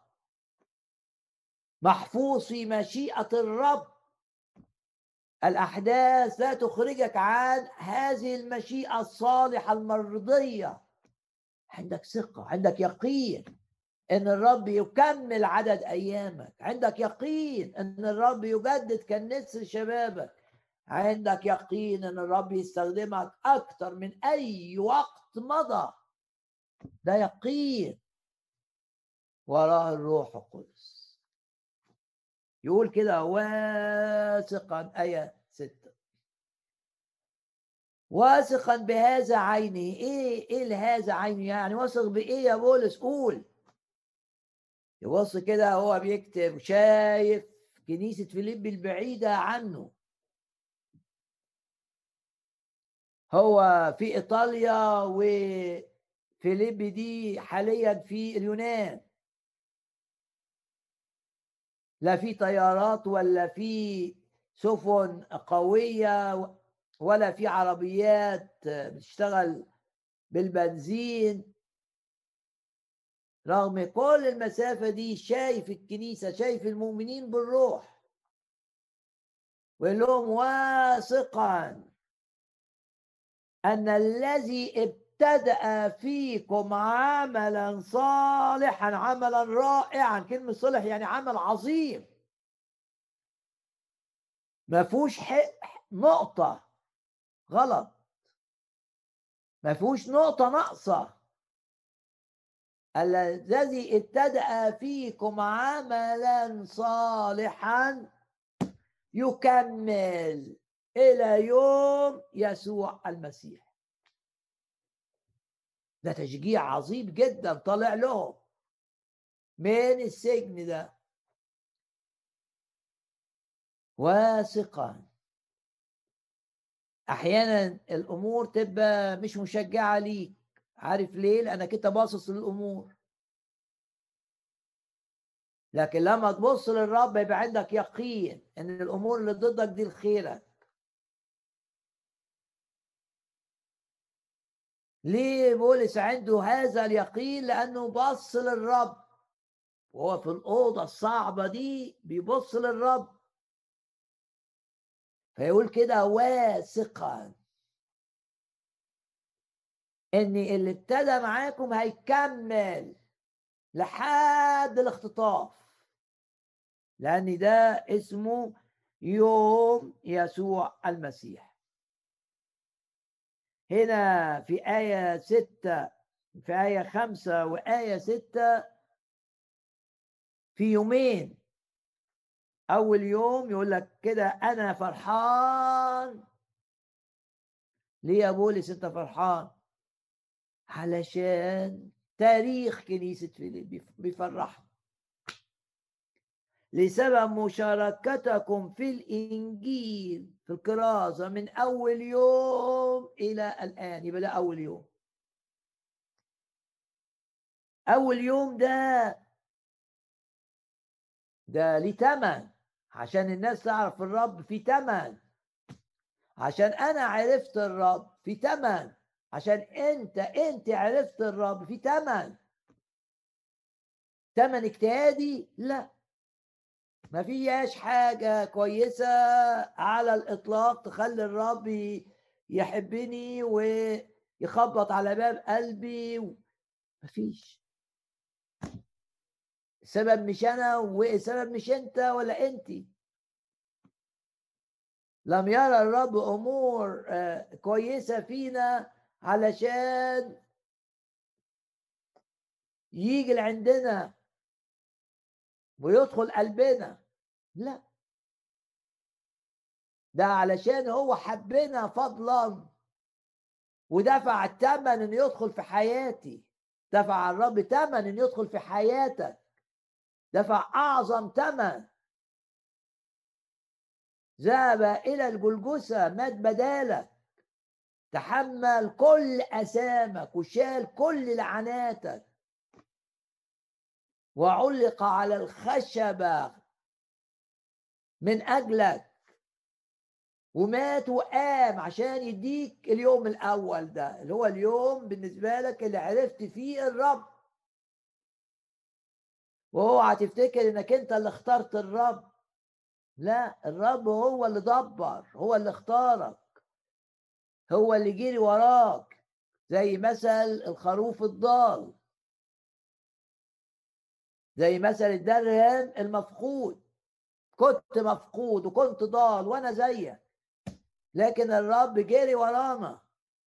محفوظ في مشيئة الرب. الأحداث لا تخرجك عن هذه المشيئة الصالحة المرضية. عندك ثقة، عندك يقين ان الرب يكمل عدد ايامك، عندك يقين ان الرب يجدد كالنسر شبابك، عندك يقين ان الرب يستخدمك اكتر من اي وقت مضى. ده يقين وراه الروح القدس. يقول كده واثقا، آية 6، واثقا بهذا عينه. ايه هذا عينه؟ يعني واثق بايه يا بولس؟ قول. يبص كده هو بيكتب، شايف كنيسة فيليب البعيدة عنه، هو في إيطاليا، وفيليب دي حاليا في اليونان، لا في طيارات ولا في سفن قوية ولا في عربيات بتشتغل بالبنزين. رغم كل المسافة دي شايف الكنيسة، شايف المؤمنين بالروح، ويقول لهم واثقا أن الذي ابتدأ فيكم عملا صالحا، عملا رائعا. كلمة صالح يعني عمل عظيم، ما فيهوش نقطة غلط، ما فيهوش نقطة ناقصة. الذي ابتدأ فيكم عملا صالحا يكمل إلى يوم يسوع المسيح. ده تشجيع عظيم جدا طالع لهم من السجن ده. واثقا. احيانا الامور تبقى مش مشجعه ليك، عارف ليه؟ لانك انت باصص للامور. لكن لما تبص للرب يبقى عندك يقين ان الامور اللي ضدك دي لخيرك. ليه بولس عنده هذا اليقين؟ لانه بص للرب، وهو في الاوضه الصعبه دي بيبص للرب، فيقول كده واثقا ان اللي ابتدى معاكم هيكمل لحد الاختطاف، لأن ده اسمه يوم يسوع المسيح. هنا في آية 6، في آية 5 وآية 6، في يومين. أول يوم يقول لك كده أنا فرحان. ليه يا بولس أنت فرحان؟ علشان تاريخ كنيسة فيليب بيفرحنا، لسبب مشاركتكم في الإنجيل في الكرازة من أول يوم إلى الآن. يبقى ده أول يوم. أول يوم ده ليه تمن، عشان الناس تعرف الرب في تمن، عشان أنا عرفت الرب في تمن، عشان أنت عرفت الرب في تمن. تمن اجتهادي؟ لا، ما فيهاش حاجة كويسة على الإطلاق تخلي الرب يحبني ويخبط على باب قلبي. مفيش. السبب مش أنا، والسبب مش أنت ولا أنت. لم يرى الرب أمور كويسة فينا علشان يجي لعندنا ويدخل قلبنا، لا، ده علشان هو حبنا فضلا ودفع الثمن انه يدخل في حياتي. دفع الرب ثمن انه يدخل في حياتك، دفع اعظم ثمن. ذهب الى الجلجثة، مات بدالك تحمل كل أثامك وشال كل لعناتك وعلق على الخشبة من أجلك، ومات وقام عشان يديك اليوم الأول ده اللي هو اليوم بالنسبة لك اللي عرفت فيه الرب. واوعى تفتكر انك انت اللي اخترت الرب، لا، الرب هو اللي دبر، هو اللي اختارك، هو اللي جري وراك زي مثل الخروف الضال، زي مثل الدرهم المفقود. كنت مفقود وكنت ضال وانا زيك، لكن الرب جري ورانا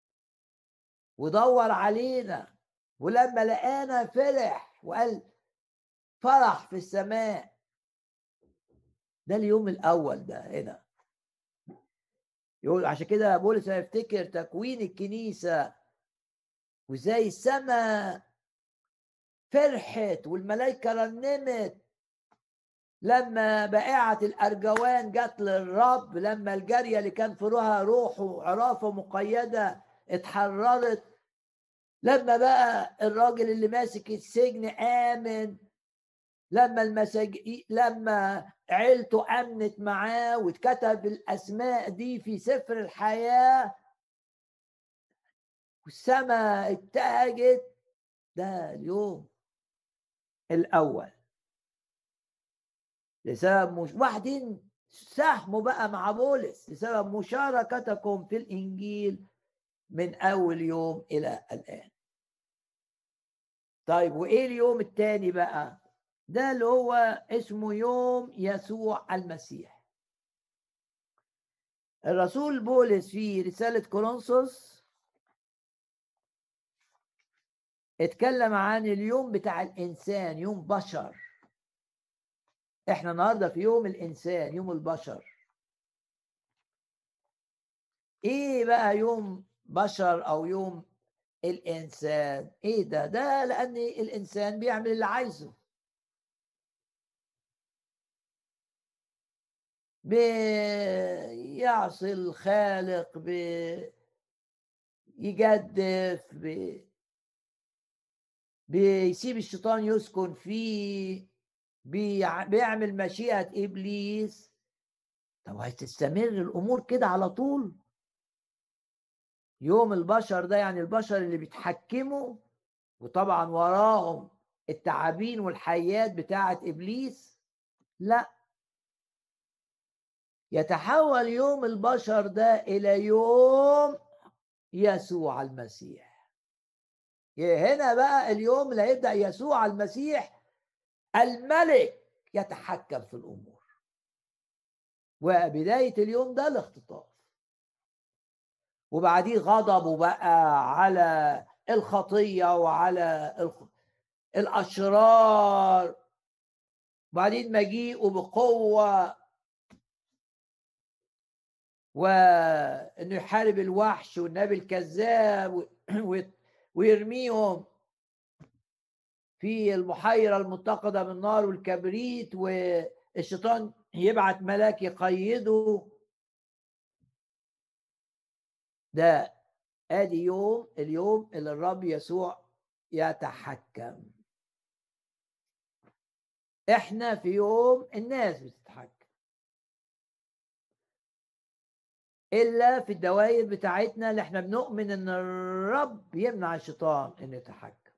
ودور علينا، ولما لقانا فرح وقال فرح في السماء. ده اليوم الاول ده هنا يقول. عشان كده بولس هيفتكر تكوين الكنيسه وازاي السماء فرحت والملائكه رنمت لما بائعة الأرجوان جت للرب، لما الجارية اللي كان في روحه وعرافة مقيدة اتحررت، لما بقى الراجل اللي ماسك السجن آمن، لما عيلته أمنت معاه واتكتب الأسماء دي في سفر الحياة والسماء اتهجت. ده اليوم الأول لسبب مش واحدين ساهموا بقى مع بولس بسبب مشاركتكم في الإنجيل من أول يوم إلى الآن. طيب وإيه اليوم الثاني بقى؟ ده اللي هو اسمه يوم يسوع المسيح. الرسول بولس في رسالة كورنثوس اتكلم عن اليوم بتاع الإنسان، يوم بشر. احنا النهارده في يوم الإنسان، يوم البشر. ايه بقى يوم بشر او يوم الانسان؟ ايه ده لان الانسان بيعمل اللي عايزه، بيعصي الخالق، بيجدف، بيسيب الشيطان يسكن فيه، بيعمل مشيئة إبليس. طب هتستمر الأمور كده على طول؟ يوم البشر ده يعني البشر اللي بيتحكموا، وطبعا وراهم التعابين والحيات بتاعة إبليس. لا، يتحول يوم البشر ده إلى يوم يسوع المسيح. هنا بقى اليوم اللي هيبدأ يسوع المسيح الملك يتحكم في الأمور، وبداية اليوم ده الاختطاف، وبعديه غضبه بقى على الخطية وعلى الأشرار، وبعدين مجيئه بقوة وانه يحارب الوحش والنبي الكذاب ويرميهم في البحيرة المتقدة من النار والكبريت، والشيطان يبعت ملاك يقيده. ده ادي اليوم اللي الرب يسوع يتحكم. احنا في يوم الناس بتتحكم، الا في الدوائر بتاعتنا اللي احنا بنؤمن ان الرب يمنع الشيطان انه يتحكم.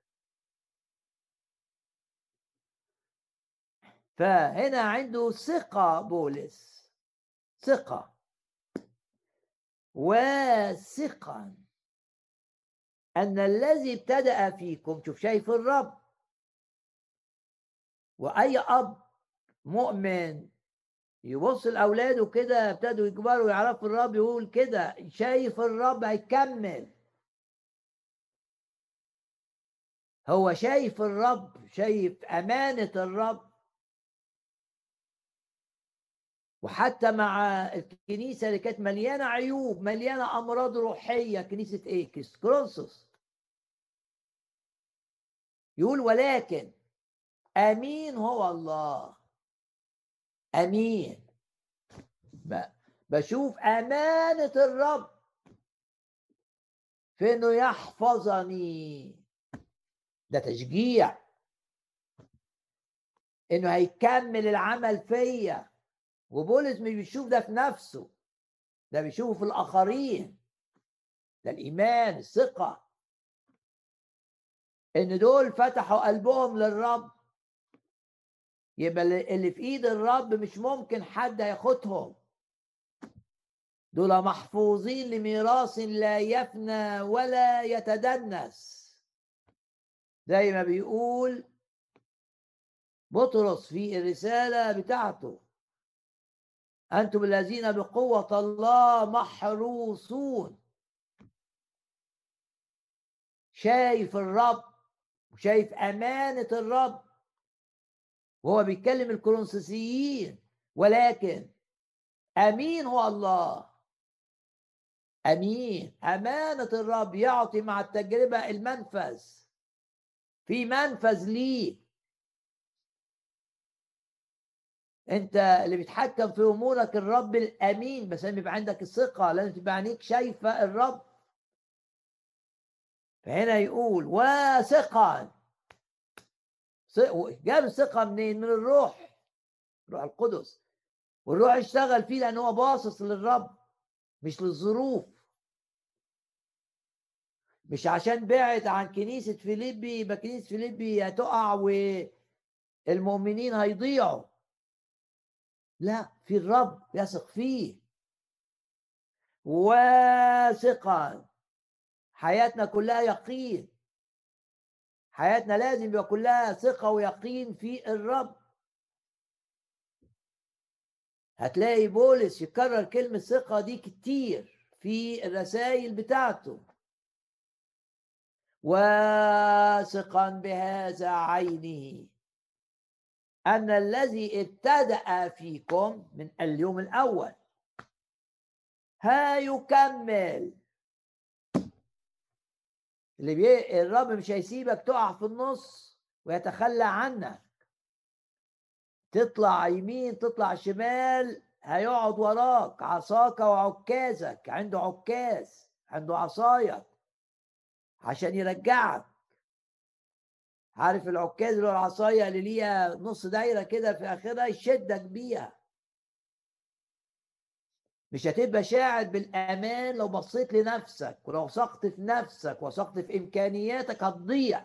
فهنا عنده ثقة بولس، ثقة وثقة أن الذي ابتدأ فيكم. شوف، شايف الرب، وأي أب مؤمن يبص لأولاده كده ابتدوا يكبروا ويعرفوا الرب يقول كده، شايف الرب هيكمل. هو شايف الرب، شايف أمانة الرب. وحتى مع الكنيسة اللي كانت مليانة عيوب، مليانة أمراض روحية، كنيسة إيه؟ كورنثوس، يقول ولكن أمين هو الله. أمين، بشوف أمانة الرب في انه يحفظني. ده تشجيع انه هيكمل العمل فيا. وبولس مش بيشوف ده في نفسه، ده بيشوفه في الاخرين. ده الايمان، الثقه ان دول فتحوا قلبهم للرب. يبقى اللي في ايد الرب مش ممكن حد ياخدهم. دول محفوظين لميراث لا يفنى ولا يتدنس، زي ما بيقول بطرس في الرسالة بتاعته: أنتم الذين بقوة الله محروسون. شايف الرب وشايف أمانة الرب وهو بيتكلم الكورنثوسيين، ولكن أمين هو الله. أمين، أمانة الرب يعطي مع التجربة المنفذ. في منفذ ليه. انت اللي بيتحكم في امورك الرب الامين، بس لازم يبقى عندك الثقه، لازم تبقى عينيك شايفه الرب. فهنا يقول وثقا. جاب الثقه منين؟ من الروح، الروح القدس. والروح اشتغل فيه لان هو باصص للرب مش للظروف. مش عشان بعد عن كنيسه فيليبي يبقى كنيسه فيليبي هتقع والمؤمنين هيضيعوا. لا، في الرب يثق فيه. وثقا. حياتنا كلها يقين. حياتنا لازم يبقى كلها ثقة ويقين في الرب. هتلاقي بولس يكرر كلمة ثقة دي كتير في الرسائل بتاعته. واثقا بهذا عينه أن الذي ابتدأ فيكم من اليوم الأول ها يكمل. الرب مش هيسيبك تقع في النص ويتخلى عنك. تطلع يمين تطلع شمال هيقعد وراك. عصاك وعكازك، عنده عكاز، عنده عصاية عشان يرجعك. عارف العكاز اللي هو العصاية اللي ليها نص دايرة كده في آخرها يشدك بيها. مش هتبقى شاعر بالأمان لو بصيت لنفسك، ولو وثقت في نفسك وثقت في إمكانياتك هتضيع.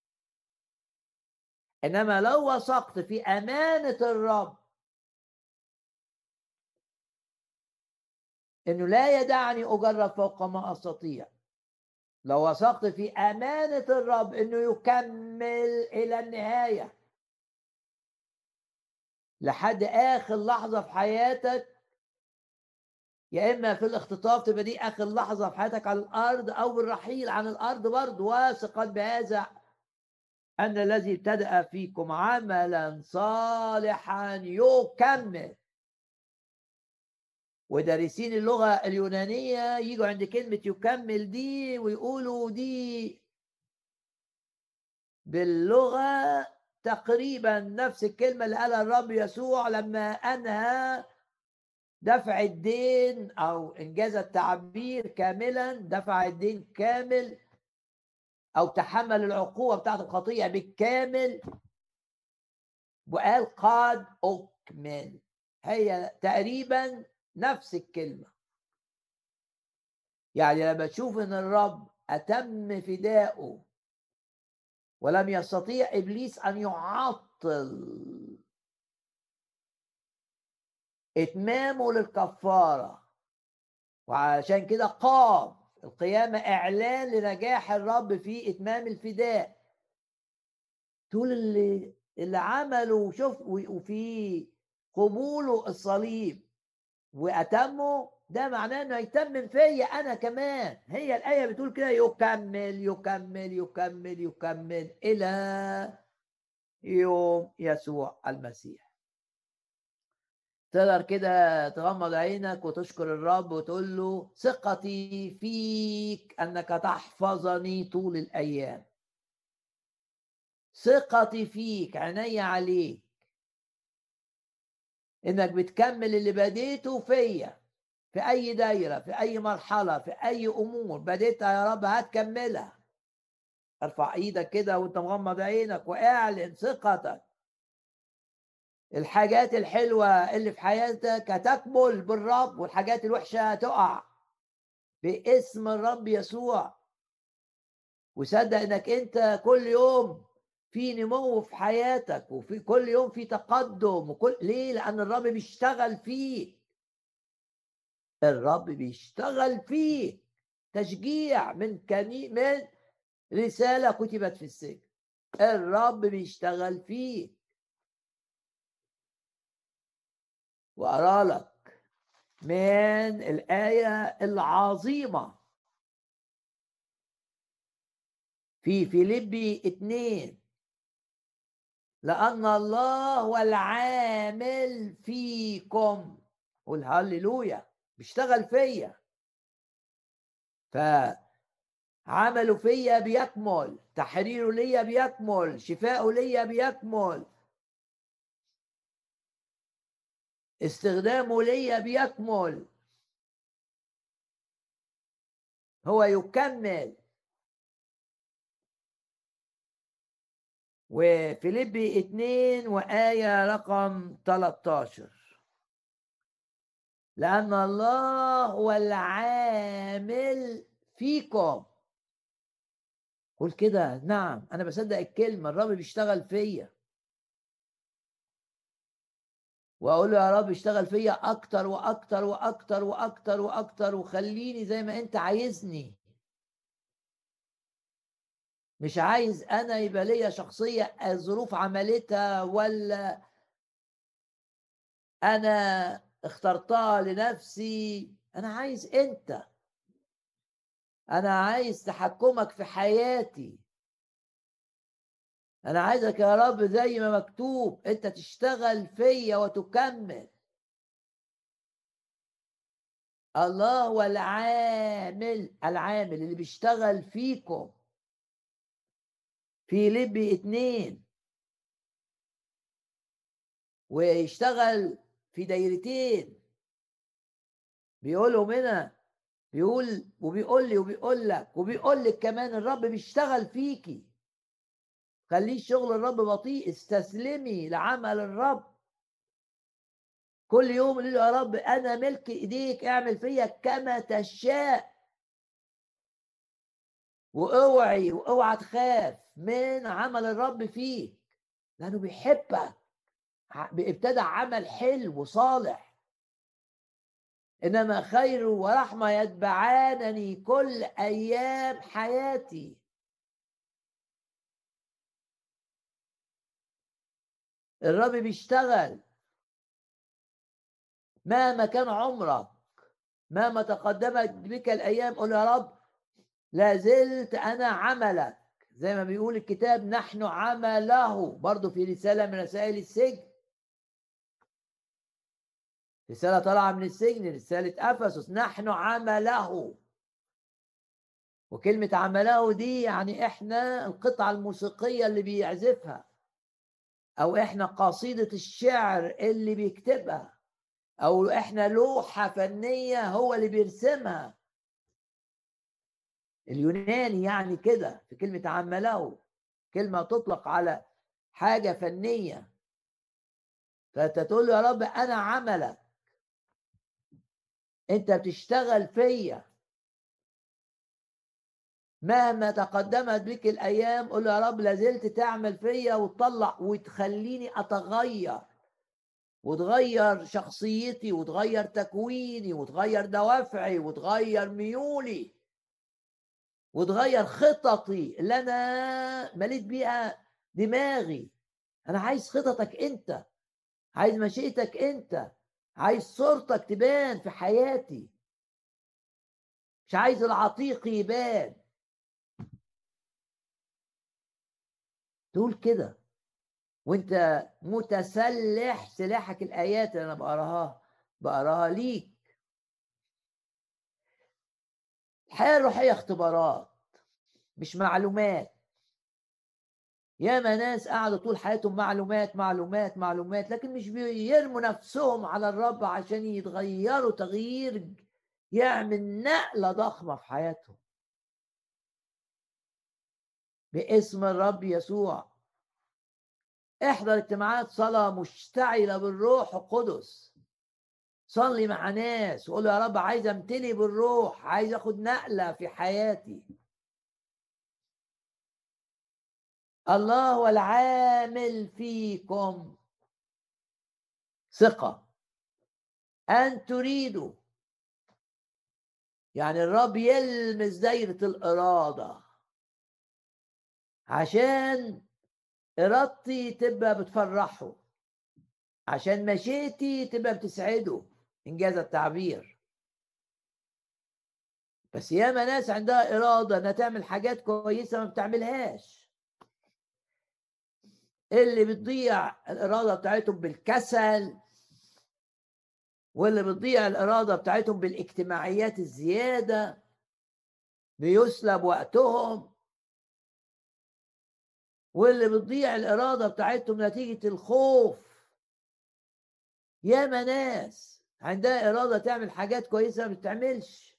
إنما لو وثقت في أمانة الرب إنه لا يدعني أجرب فوق ما أستطيع، لو وثقت في أمانة الرب إنه يكمل إلى النهاية لحد آخر لحظة في حياتك، يا إما في الاختطاف تبقى دي آخر لحظة في حياتك على الأرض، أو بالرحيل عن الأرض برضه، واثقا بهذا أن الذي ابتدأ فيكم عملا صالحا يكمل. ودارسين اللغة اليونانية يجوا عند كلمة يكمل دي ويقولوا دي باللغة تقريبا نفس الكلمة اللي قالها الرب يسوع لما أنهى دفع الدين، أو إنجاز التعبير كاملا، دفع الدين كامل أو تحمل العقوبة بتاعت الخطيئة بالكامل وقال قد أكمل. هي تقريبا نفس الكلمة. يعني لما تشوف إن الرب أتم فدائه ولم يستطيع إبليس أن يعطل إتمامه للكفارة، وعشان كده قام القيامة إعلان لنجاح الرب في إتمام الفداء. طول اللي عمله وشوف وفي قبوله الصليب وأتمه، ده معناه إنه يتمم فيا أنا كمان. هي الآية بتقول كده: يكمل يكمل يكمل يكمل إلى يوم يسوع المسيح. تقدر كده تغمض عينك وتشكر الرب وتقول له: ثقتي فيك أنك تحفظني طول الأيام. ثقتي فيك، عيني عليك، إنك بتكمل اللي بديته فيا. في أي دايرة، في أي مرحلة، في أي أمور بديتها يا رب هتكملها. ارفع ايدك كده وانت مغمض عينك واعلن ثقتك. الحاجات الحلوة اللي في حياتك هتكمل بالرب، والحاجات الوحشة هتقع باسم الرب يسوع. وصدق انك انت كل يوم في نمو في حياتك، وفي كل يوم في تقدم. ليه؟ لأن الرب بيشتغل فيك. الرب بيشتغل فيك. تشجيع من رسالة كتبت في السجن. الرب بيشتغل فيك. وأرى لك من الآية العظيمة في فيليبي 2: لأن الله هو العامل فيكم. قول هللويا. بيشتغل فيا، فعمله فيا بيكمل، تحريره ليا بيكمل، شفاؤه ليا بيكمل، استخدامه ليا بيكمل. هو يكمل. وفيليبي 2 وآية رقم 13: لأن الله هو العامل فيكم. قول كده: نعم أنا بصدق الكلمة، الرب بيشتغل فيا. وأقول له: يا رب اشتغل فيا أكتر وأكتر وأكتر وأكتر وأكتر، وخليني زي ما أنت عايزني. مش عايز أنا يبقى ليا شخصية الظروف عملتها، ولا أنا اخترتها لنفسي. أنا عايز أنت. أنا عايز تحكمك في حياتي. أنا عايزك يا رب زي ما مكتوب أنت تشتغل فيا وتكمل. الله هو العامل اللي بيشتغل فيكم. في ليبي 2 ويشتغل في دايرتين. بيقولوا هنا، بيقول وبيقول لي وبيقول لك وبيقول لك كمان: الرب بيشتغل فيكي. خليه شغل الرب بطيء، استسلمي لعمل الرب. كل يوم قولي له: يا رب انا ملك ايديك، اعمل فيا كما تشاء. واوعى تخاف من عمل الرب فيك، لانه بيحبك. ابتدى عمل حلو وصالح. انما خير ورحمه يتبعانني كل ايام حياتي. الرب بيشتغل مهما كان عمرك، مهما تقدمت بك الايام. قول يا رب: لا زلت انا عملك. زي ما بيقول الكتاب: نحن عمله. برضو في رساله من رسائل السجن، رساله طالعه من السجن، رساله افسس: نحن عمله. وكلمه عمله دي يعني احنا القطعه الموسيقيه اللي بيعزفها، او احنا قصيده الشعر اللي بيكتبها، او احنا لوحه فنيه هو اللي بيرسمها. اليوناني يعني كده في كلمه عمله، كلمه تطلق على حاجه فنيه. فانت تقول له: يا رب انا عملك، انت بتشتغل فيا. مهما تقدمت بك الايام قول له: يا رب لازلت تعمل فيا وتطلع وتخليني اتغير، وتغير شخصيتي، وتغير تكويني، وتغير دوافعي، وتغير ميولي، وتغير خططي اللي انا مليت بيها دماغي. انا عايز خططك انت، عايز مشيئتك انت، عايز صورتك تبان في حياتي. مش عايز العتيق يبان. تقول كده وانت متسلح سلاحك الايات اللي انا بقراها ليك. الحياه الروحيه اختبارات مش معلومات. ياما ناس قاعدة طول حياتهم معلومات معلومات معلومات، لكن مش بيرموا نفسهم على الرب عشان يتغيروا تغيير يعمل نقلة ضخمة في حياتهم باسم الرب يسوع. احضر اجتماعات صلاة مشتعلة بالروح القدس، صلي مع ناس وقول يا رب عايز امتلي بالروح، عايز اخد نقلة في حياتي. الله هو العامل فيكم ثقة أن تريدوا، يعني الرب يلمس دايرة الإرادة عشان إرادتي تبقى بتفرحه، عشان مشيتي تبقى بتسعده، إنجاز التعبير. بس ياما ناس عندها إرادة إنها تعمل حاجات كويسة ما بتعملهاش، اللي بتضيع الإرادة بتاعتهم بالكسل، واللي بتضيع الإرادة بتاعتهم بالاجتماعيات الزيادة، بيسلب وقتهم، واللي بتضيع الإرادة بتاعتهم نتيجة الخوف. ياما ناس عندها إرادة تعمل حاجات كويسة ما بتعملش.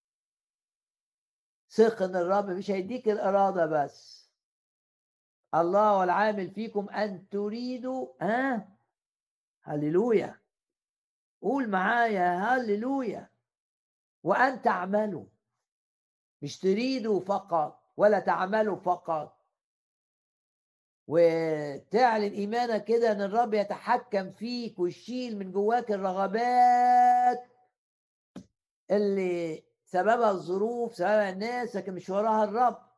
ثق إن الرب مش هيديك الإرادة بس، الله والعامل فيكم أن تريدوا. هللويا، قول معايا هللويا. وأن تعملوا، مش تريدوا فقط ولا تعملوا فقط، وتعلن إيمانك كده إن الرب يتحكم فيك ويشيل من جواك الرغبات اللي سببها الظروف، سببها الناس، لكن مش وراها الرب.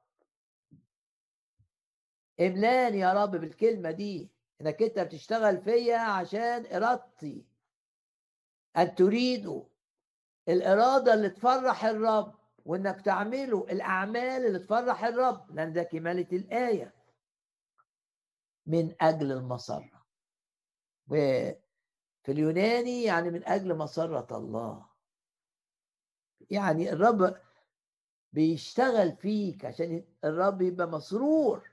املاني يا رب بالكلمة دي انك انت بتشتغل فيا عشان ارادتي ان تريدوا، الارادة اللي تفرح الرب، وانك تعملوا الاعمال اللي تفرح الرب، لان ده كمالة الاية، من اجل المسرة. وفي اليوناني يعني من اجل مسرة الله، يعني الرب بيشتغل فيك عشان الرب يبقى مسرور.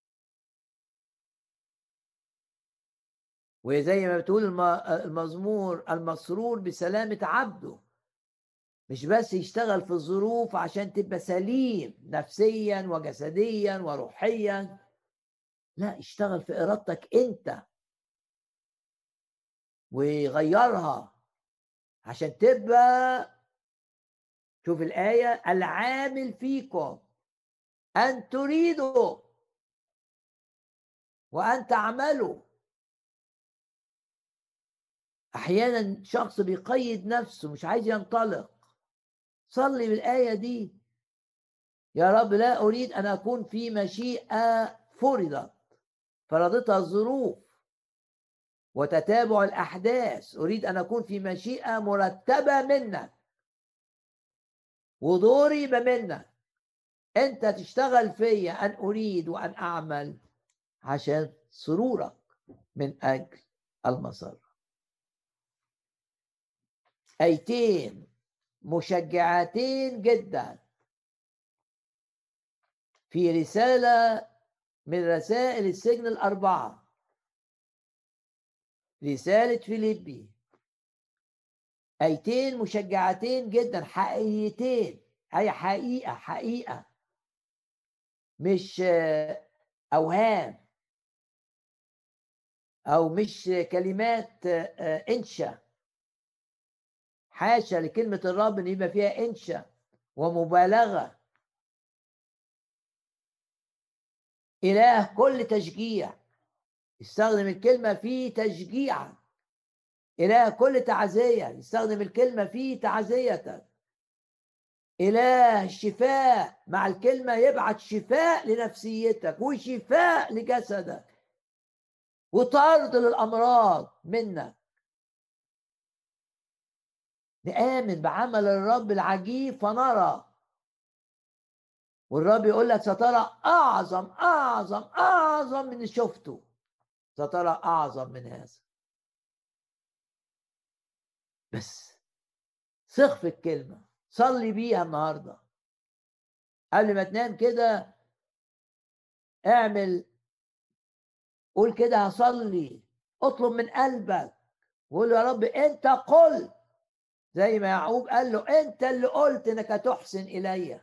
وزي ما بتقول المزمور المسرور بسلامة عبده، مش بس يشتغل في الظروف عشان تبقى سليم نفسيا وجسديا وروحيا، لا، يشتغل في إرادتك أنت ويغيرها عشان تبقى، شوف الآية، العامل فيكم أن تريدوا وأن تعملوا. أحيانا شخص بيقيد نفسه مش عايز ينطلق، صلي بالآية دي، يا رب لا أريد أن أكون في مشيئة فرضتها الظروف وتتابع الأحداث، أريد أن أكون في مشيئة مرتبة منك، ودوري منك أنت تشتغل فيا أن أريد وأن أعمل عشان سرورك من أجل المسار. آيتين مشجعتين جدا في رسالة من رسائل السجن الأربعة، رسالة فيليبي. آيتين مشجعتين جدا، حقيقيتين، هي حقيقة مش أوهام أو مش كلمات إنشا. حاشا لكلمة الرب إن يبقى فيها إنشا ومبالغة. إله كل تشجيع، يستخدم الكلمة في تشجيعك. إله كل تعزية، يستخدم الكلمة في تعزيتك. إله الشفاء، مع الكلمة يبعت شفاء لنفسيتك وشفاء لجسدك وطرد للأمراض منك. نآمن بعمل الرب العجيب فنرى، والرب يقول لك سترى أعظم أعظم أعظم من اللي شفته، سترى أعظم من هذا. بس ثق في الكلمة، صلي بيها النهاردة قبل ما تنام كده، اعمل قول كده هصلي، اطلب من قلبك وقول له يا رب انت قل، زي ما يعقوب قال له انت اللي قلت انك هتحسن الي.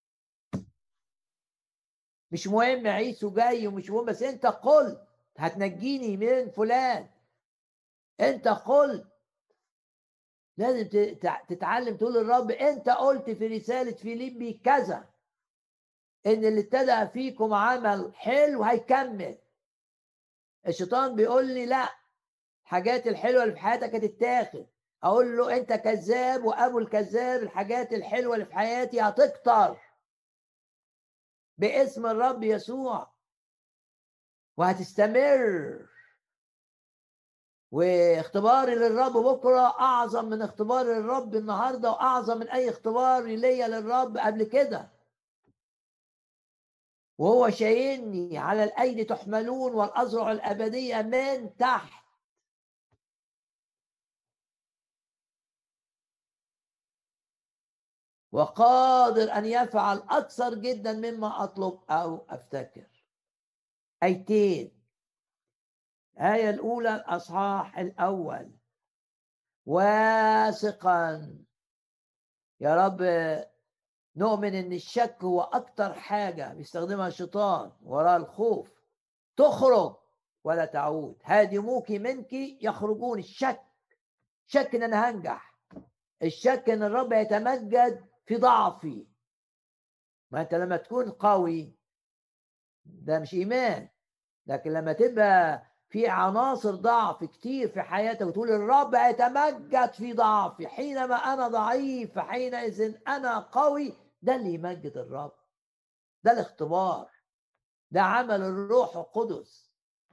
مش مهم عيسو جاي ومش مهم، بس انت قلت هتنجيني من فلان، انت قلت. لازم تتعلم تقول للرب انت قلت في رسالة فيليبي كذا، ان اللي ابتدأ فيكم عمل حلو هيكمل. الشيطان بيقول لي لا، الحاجات الحلوة اللي في حياتك هتتاخد. اقول له انت كذاب وابو الكذاب، الحاجات الحلوة اللي في حياتي هتكتر باسم الرب يسوع وهتستمر. واختباري للرب بكرة أعظم من اختبار الرب النهاردة، وأعظم من أي اختبار ليا للرب قبل كده. وهو شايلني على الأيدي تحملون والأزرع الأبدية من تحت. وقادر أن يفعل أكثر جدا مما أطلب أو أفتكر. آيتين. الآية الأولى الأصحاح الأول: واثقا. يا رب نؤمن ان الشك هو اكتر حاجة بيستخدمها الشيطان وراء الخوف. تخرج ولا تعود، هادموك منك يخرجون. الشك، شك ان انا هنجح، الشك ان الرب يتمجد في ضعفي. ما انت لما تكون قوي ده مش ايمان، لكن لما تبقى في عناصر ضعف كتير في حياتك وتقول الرب يتمجد في ضعفي، حينما انا ضعيف فحينئذ انا قوي، ده اللي يمجد الرب. ده الاختبار، ده عمل الروح القدس.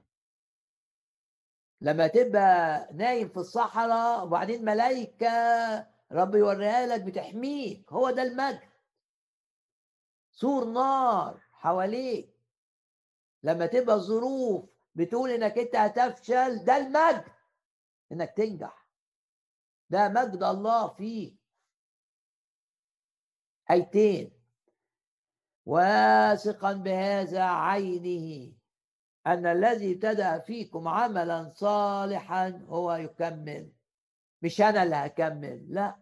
لما تبقى نايم في الصحراء وبعدين ملائكة رب يوريها لك بتحميك، هو ده المجد. سور نار حواليك. لما تبقى الظروف بتقول انك انت هتفشل، ده المجد انك تنجح. ده مجد الله فيك. آيتين: واثقا بهذا عينه أن الذي ابتدأ فيكم عملا صالحا هو يكمل. مش أنا اللي هكمل، لا.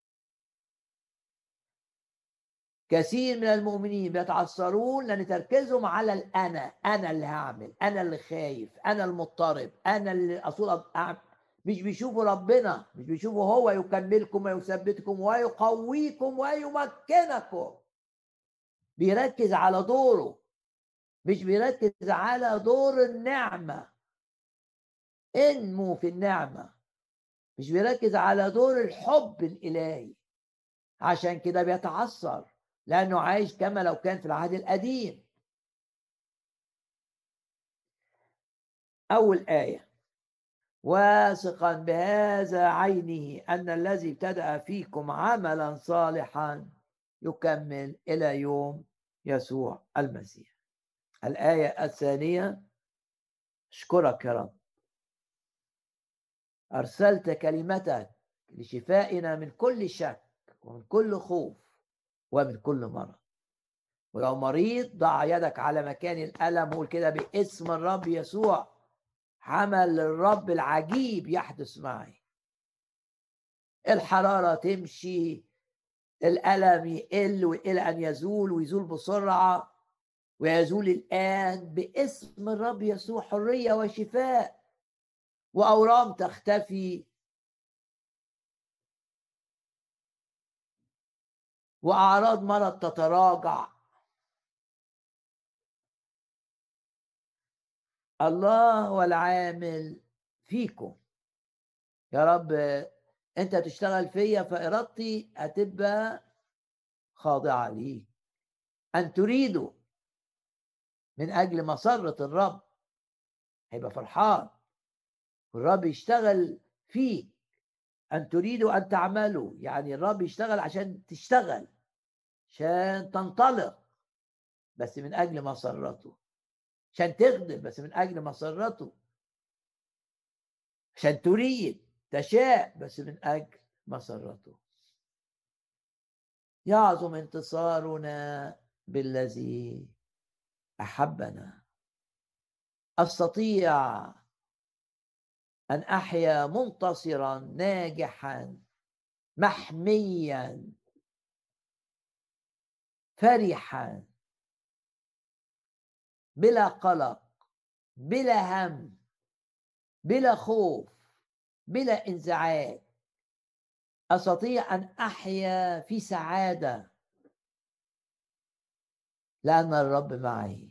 كثير من المؤمنين بيتعثرون لأن تركيزهم على الأنا. أنا اللي هعمل، أنا اللي خايف، أنا المضطرب، أنا اللي أصول مش بيشوفوا ربنا، مش بيشوفوا هو يكملكم ويثبتكم ويقويكم ويمكنكم. بيركز على دوره، مش بيركز على دور النعمة. انمو في النعمة. مش بيركز على دور الحب الإلهي. عشان كده بيتعثر، لأنه عايش كما لو كان في العهد القديم. أول آية: واثقا بهذا عينه أن الذي ابتدأ فيكم عملا صالحا يكمل إلى يوم يسوع المسيح. الآية الثانية: أشكرك يا رب، أرسلت كلمتك لشفائنا من كل شك ومن كل خوف ومن كل مرض. ولو مريض ضع يدك على مكان الألم وقول كده باسم الرب يسوع عمل الرب العجيب يحدث معي. الحرارة تمشي، الألم يقل وإلى أن يزول، ويزول بسرعة ويزول الآن باسم الرب يسوع. حرية وشفاء، وأورام تختفي، وأعراض مرض تتراجع. الله هو العامل فيكم. يا رب أنت تشتغل فيا فإرادتي هتبقى خاضعة لي. أن تريدوا من أجل مسرة الرب، هيبقى فرحان والرب يشتغل فيك. أن تريدوا أن تعملوا، يعني الرب يشتغل عشان تشتغل، عشان تنطلق بس من أجل مسرته، عشان تخدم بس من أجل مسرته، عشان تريد تشاء بس من أجل مسرته. يعظم انتصارنا بالذي أحبنا. أستطيع أن أحيا منتصرا ناجحا محميا فرحا بلا قلق بلا هم بلا خوف بلا انزعاج. أستطيع أن أحيا في سعادة لأن الرب معي،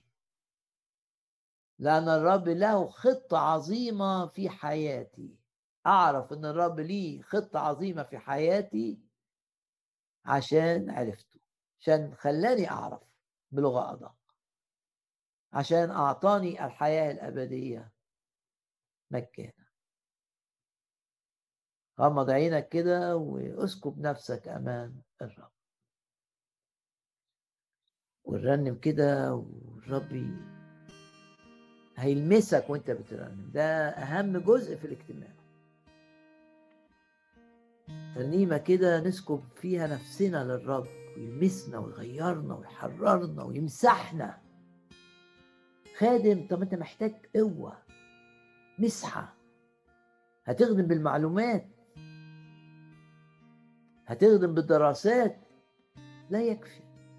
لأن الرب له خطة عظيمة في حياتي. أعرف أن الرب ليه خطة عظيمة في حياتي عشان عرفته، عشان خلاني أعرف بلغة أدق، عشان أعطاني الحياة الأبدية مجانا. غمض عينك كده واسكب نفسك أمام الرب ورنم كده، والرب هيلمسك وانت بترنم. ده أهم جزء في الاجتماع، ترنيمة كده نسكب فيها نفسنا للرب ويلمسنا ويغيرنا ويحررنا ويمسحنا. خادم، طب انت محتاج قوة، مسحة. هتخدم بالمعلومات، هتخدم بالدراسات، لا يكفي.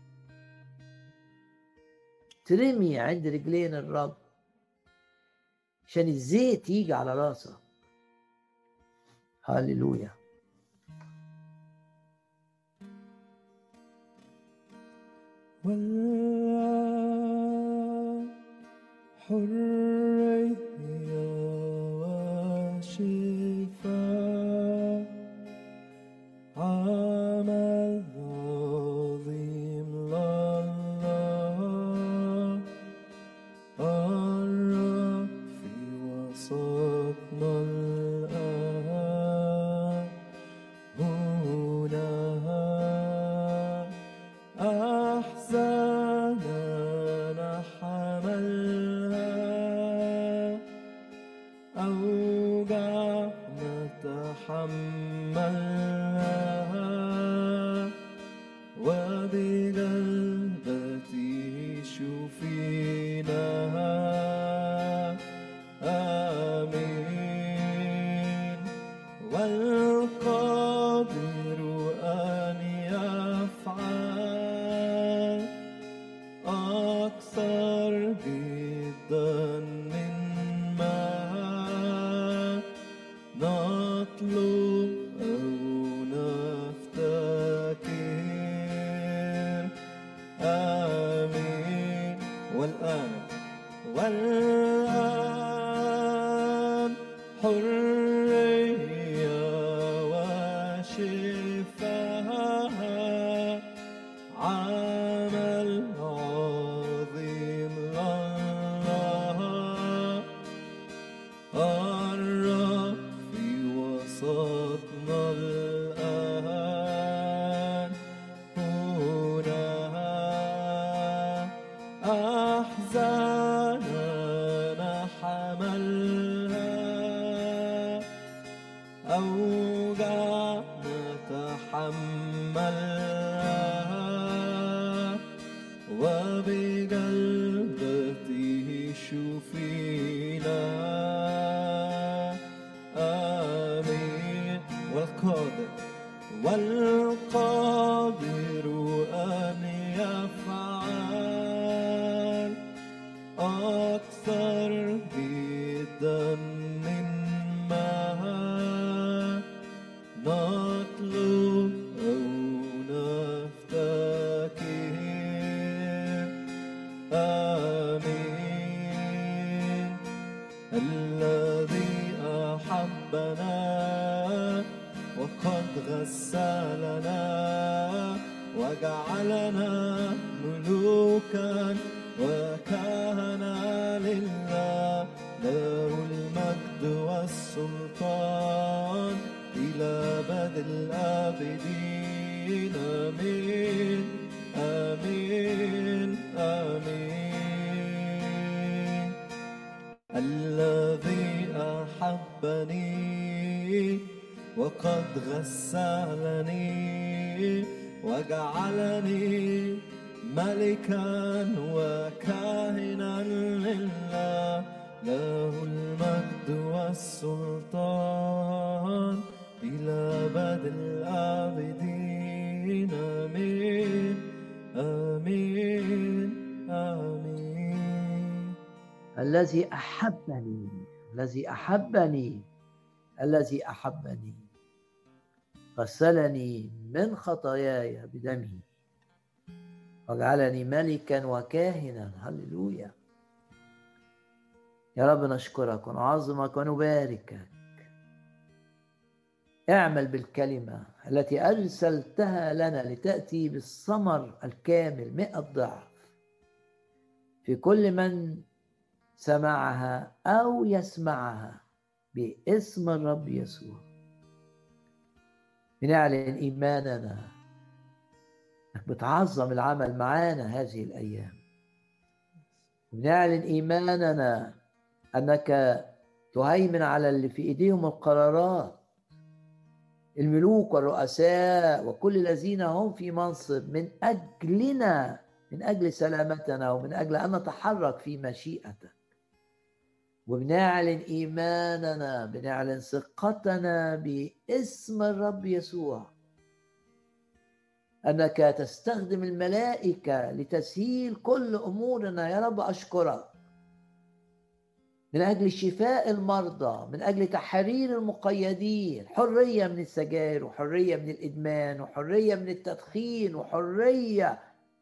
ترمي عند رجلين الرب عشان الزيت يجي على راسك. هاليلويا. حرية وشفاء، عمل عظيم لله، الرب في وسطنا الآن، هنا أحزاننا حملها، أوجعنا تحملها، وبجلبته شفيناها. آمين. والقادر أن يفعل أكثر جدا مما نطلب أو نفتكر. آمين. والآن حرية وشفاء، عمل عظيم لله، الرب في وسطنا الآن، هنا أحزاننا حملها، أوجعنا تحملها، وبجلبته شفينا. آمين. والقادر أن يفعل أكثر جدا مما نطلب أو نفتكر. آمين. الذي أحبنا وقد غسلنا وجعلنا ملوكا وكهنة لله، له المجد والسلطان إلى أبد الآبدين. آمين آمين آمين. الذي أحبني وقد غسلني وجعلني ملكا وكاهنا لله، له المجد والسلطان إلى أبد الآبدين. آمين آمين آمين. الذي أحبني الذي أحبني الذي أحبني غسلني من خطاياي بدمه وجعلني ملكا وكاهنا. هللويا. يا رب نشكرك ونعظمك ونباركك. اعمل بالكلمة التي أرسلتها لنا لتأتي بالثمر الكامل 100 ضعف في كل من سمعها أو يسمعها باسم الرب يسوع. بنعلن إيماننا أنك بتعظم العمل معانا هذه الأيام. بنعلن إيماننا أنك تهيمن على اللي في إيديهم القرارات، الملوك والرؤساء وكل الذين هم في منصب، من أجلنا، من أجل سلامتنا ومن أجل أن نتحرك في مشيئتك. وبنعلن إيماننا، بنعلن ثقتنا باسم الرب يسوع أنك تستخدم الملائكة لتسهيل كل أمورنا. يا رب أشكرك من أجل شفاء المرضى، من أجل تحرير المقيدين، حرية من السجاير وحرية من الإدمان وحرية من التدخين وحرية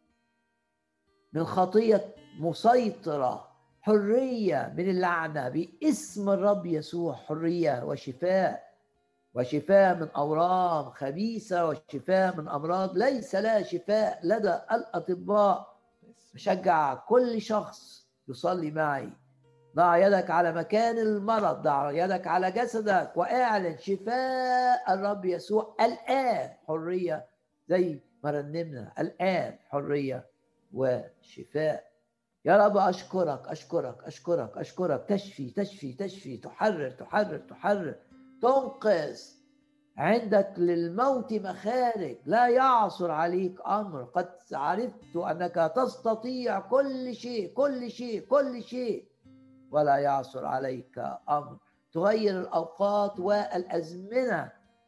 من خطية مسيطرة، حرية من اللعنة باسم الرب يسوع. حرية وشفاء، وشفاء من أورام خبيثة، وشفاء من أمراض ليس لها شفاء لدى الأطباء. بشجع كل شخص يصلي معي، ضع يدك على مكان المرض، ضع يدك على جسدك واعلن شفاء الرب يسوع الآن. حرية زي ما رنمنا، الآن حرية وشفاء. يا رب أشكرك أشكرك أشكرك أشكرك. تشفي تشفي تشفي، تحرر تحرر تحرر، تنقذ. عندك للموت مخارج، لا يعثر عليك أمر. قد عرفت أنك تستطيع كل شيء كل شيء كل شيء، ولا يعثر عليك أمر. تغير الأوقات والأزمنة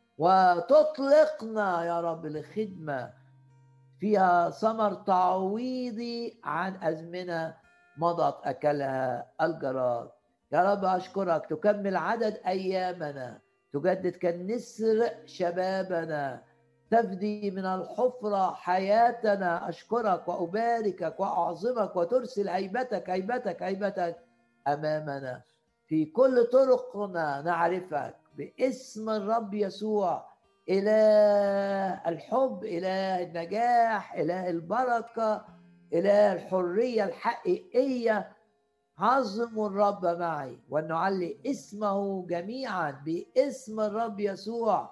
وتطلقنا يا رب لخدمة فيها ثمر تعويضي عن أزمنة مضت أكلها الجراد. يا رب أشكرك، تكمل عدد أيامنا، تجدد كالنسر شبابنا، تفدي من الحفرة حياتنا. أشكرك وأباركك وأعظمك وترسل هيبتك هيبتك هيبتك أمامنا في كل طرقنا. نعرفك باسم الرب يسوع، إله الحب، إله النجاح، إله البركة، إله الحرية الحقيقية. عظموا الرب معي ونعلي اسمه جميعا باسم الرب يسوع.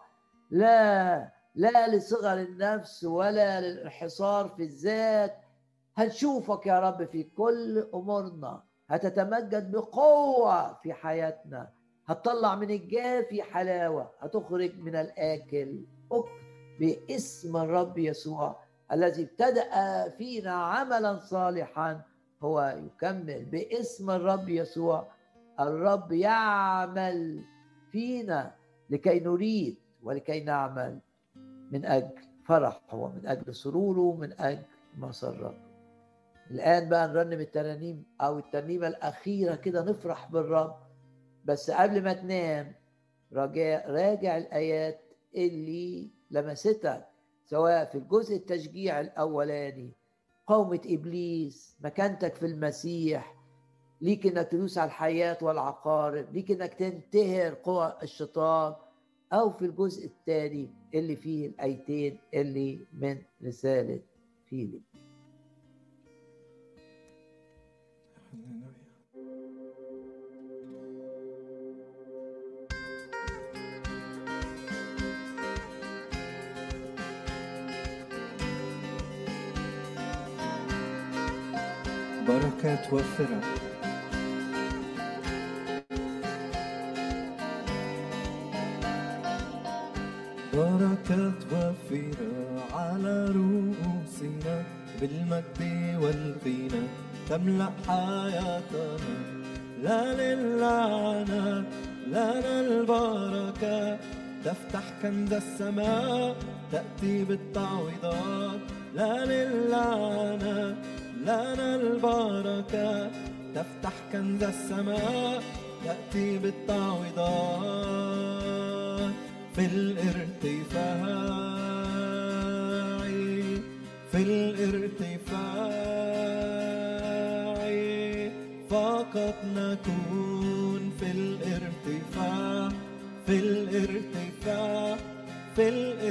لا لصغر النفس ولا للانحصار في الذات. هنشوفك يا رب في كل أمورنا، هتتمجد بقوة في حياتنا، هتطلع من الجافي حلاوة، هتخرج من الآكل أكل باسم الرب يسوع. الذي ابتدأ فينا عملا صالحا هو يكمل باسم الرب يسوع. الرب يعمل فينا لكي نريد ولكي نعمل من أجل فرح ومن أجل سروره ومن أجل مسرته. الآن بقى نرنم الترانيم أو الترنيمة الأخيرة كده، نفرح بالرب. بس قبل ما تنام راجع الآيات اللي لمستك، سواء في الجزء التشجيع الأولاني، قومة إبليس، مكانتك في المسيح، ليك إنك تدوس على الحياة والعقارب، ليك إنك تنتهر قوى الشيطان، أو في الجزء الثاني اللي فيه الآيتين اللي من رسالة فيليب. بركات وفرة. بركات وفرة على رؤوسنا بالمجد والغنى، تملأ حياتنا لا للعنة لنا البركة، تفتح كنز السماء تأتي بالتعويضات. لا للعنة لنا البركة، تفتح كنز السماء تأتي بالتعويضات. في الارتفاع في الارتفاع فقط نكون. في الارتفاع في الارتفاع في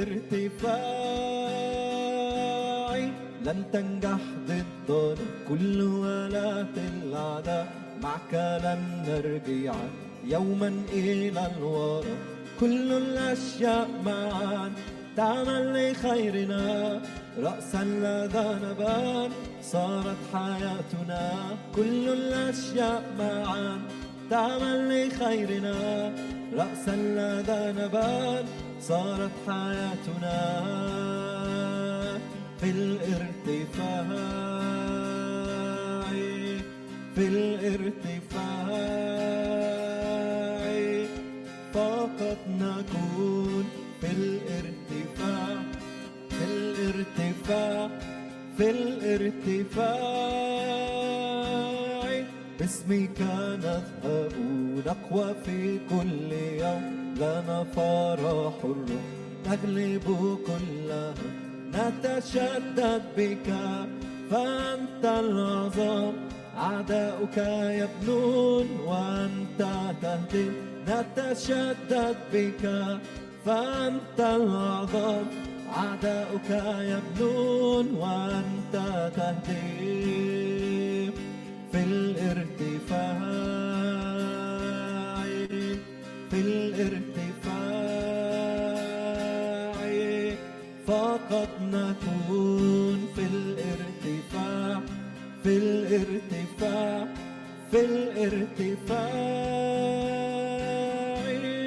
الارتفاع لن تنجح ضدنا كل ولاة الأعداء. معك لن نرجع يوما إلى الوراء، كل الأشياء معا تعمل لخيرنا. رأسا لدى نبان صارت حياتنا، كل الأشياء معا تعمل لخيرنا. رأسا لدى نبان صارت حياتنا. في الارتفاع في الارتفاع فقط نكون. في الارتفاع في الارتفاع في الارتفاع باسمك نذهب نقوى في كل يوم. لنا فرح الروح نغلب كلها، نتشدد بك فأنت العظام. أعداؤك يبنون وأنت تهدم، نتشدد بك فأنت العظام. أعداؤك يبنون وأنت تهدم. في الارتفاع في الارتفاع فقط نكون. في الارتفاع في الارتفاع في الارتفاع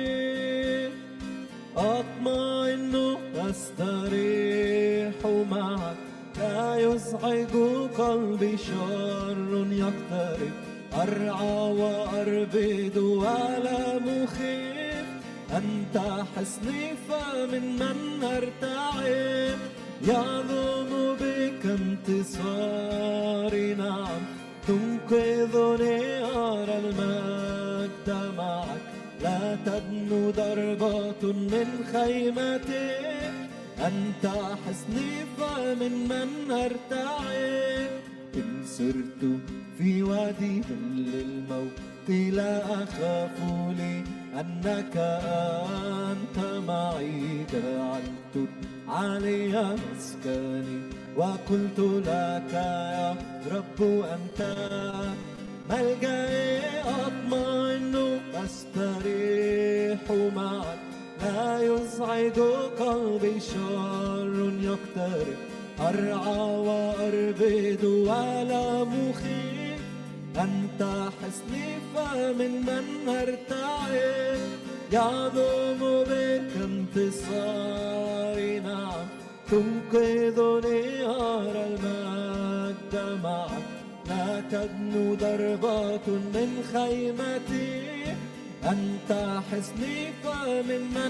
أطمئن أستريح معك. لا يزعج قلبي شر يقترب. أرعى وأربد ولا مخيف، أنت حصني فمن من أرتعب. يعظم بك انتصاري نعم، تنقذني أرى المجد معك. لا تدنو ضربات من خيمتي، أنت حصني فمن من أرتعب. إن سرت في وادي ظل الموت لا أخاف لي، أنك أنت معي. جعلت علي مسكني وقلت لك يا رب أنت ملجئي. أطمئن أستريح معك. لا يزعج قلبي شر يقترب. أرعى وأربد ولا مخيف، أنت حصني فمن من أرتعب. يعظم بك انتصاري نعم، تنقذني أرى المجد معك. لا تدنو ضربات من خيمتي، أنت حصني فمن من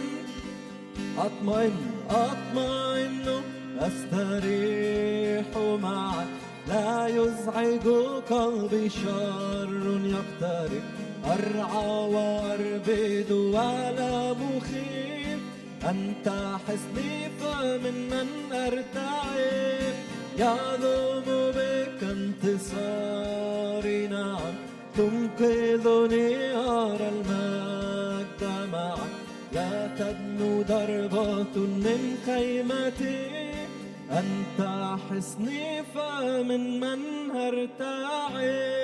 أطمئن أستريح معك. لا يزعج قلبي شر يقترب. أرعى وأربد ولا مخيف، أنت حصني فمن من أرتعب. يعظم بك انتصاري نعم، تنقذني أرى المجد معك. لا تدنو ضربات من خيمتي، أنت حصني فمن من أرتعب.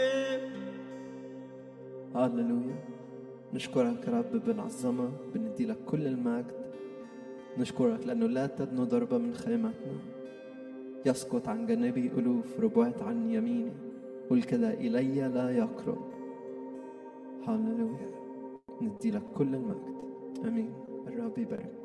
هاللويا. نشكرك يا رب، بنعظمك، بندي لك كل المجد. نشكرك لأنه لا تدنو ضربة من خيمتنا. يسقط عن جانبي ألوف، ربوات عن يميني. قل كده: إلي لا يقرب. هاللويا. ندي لك كل المجد. آمين. الرب يبارك.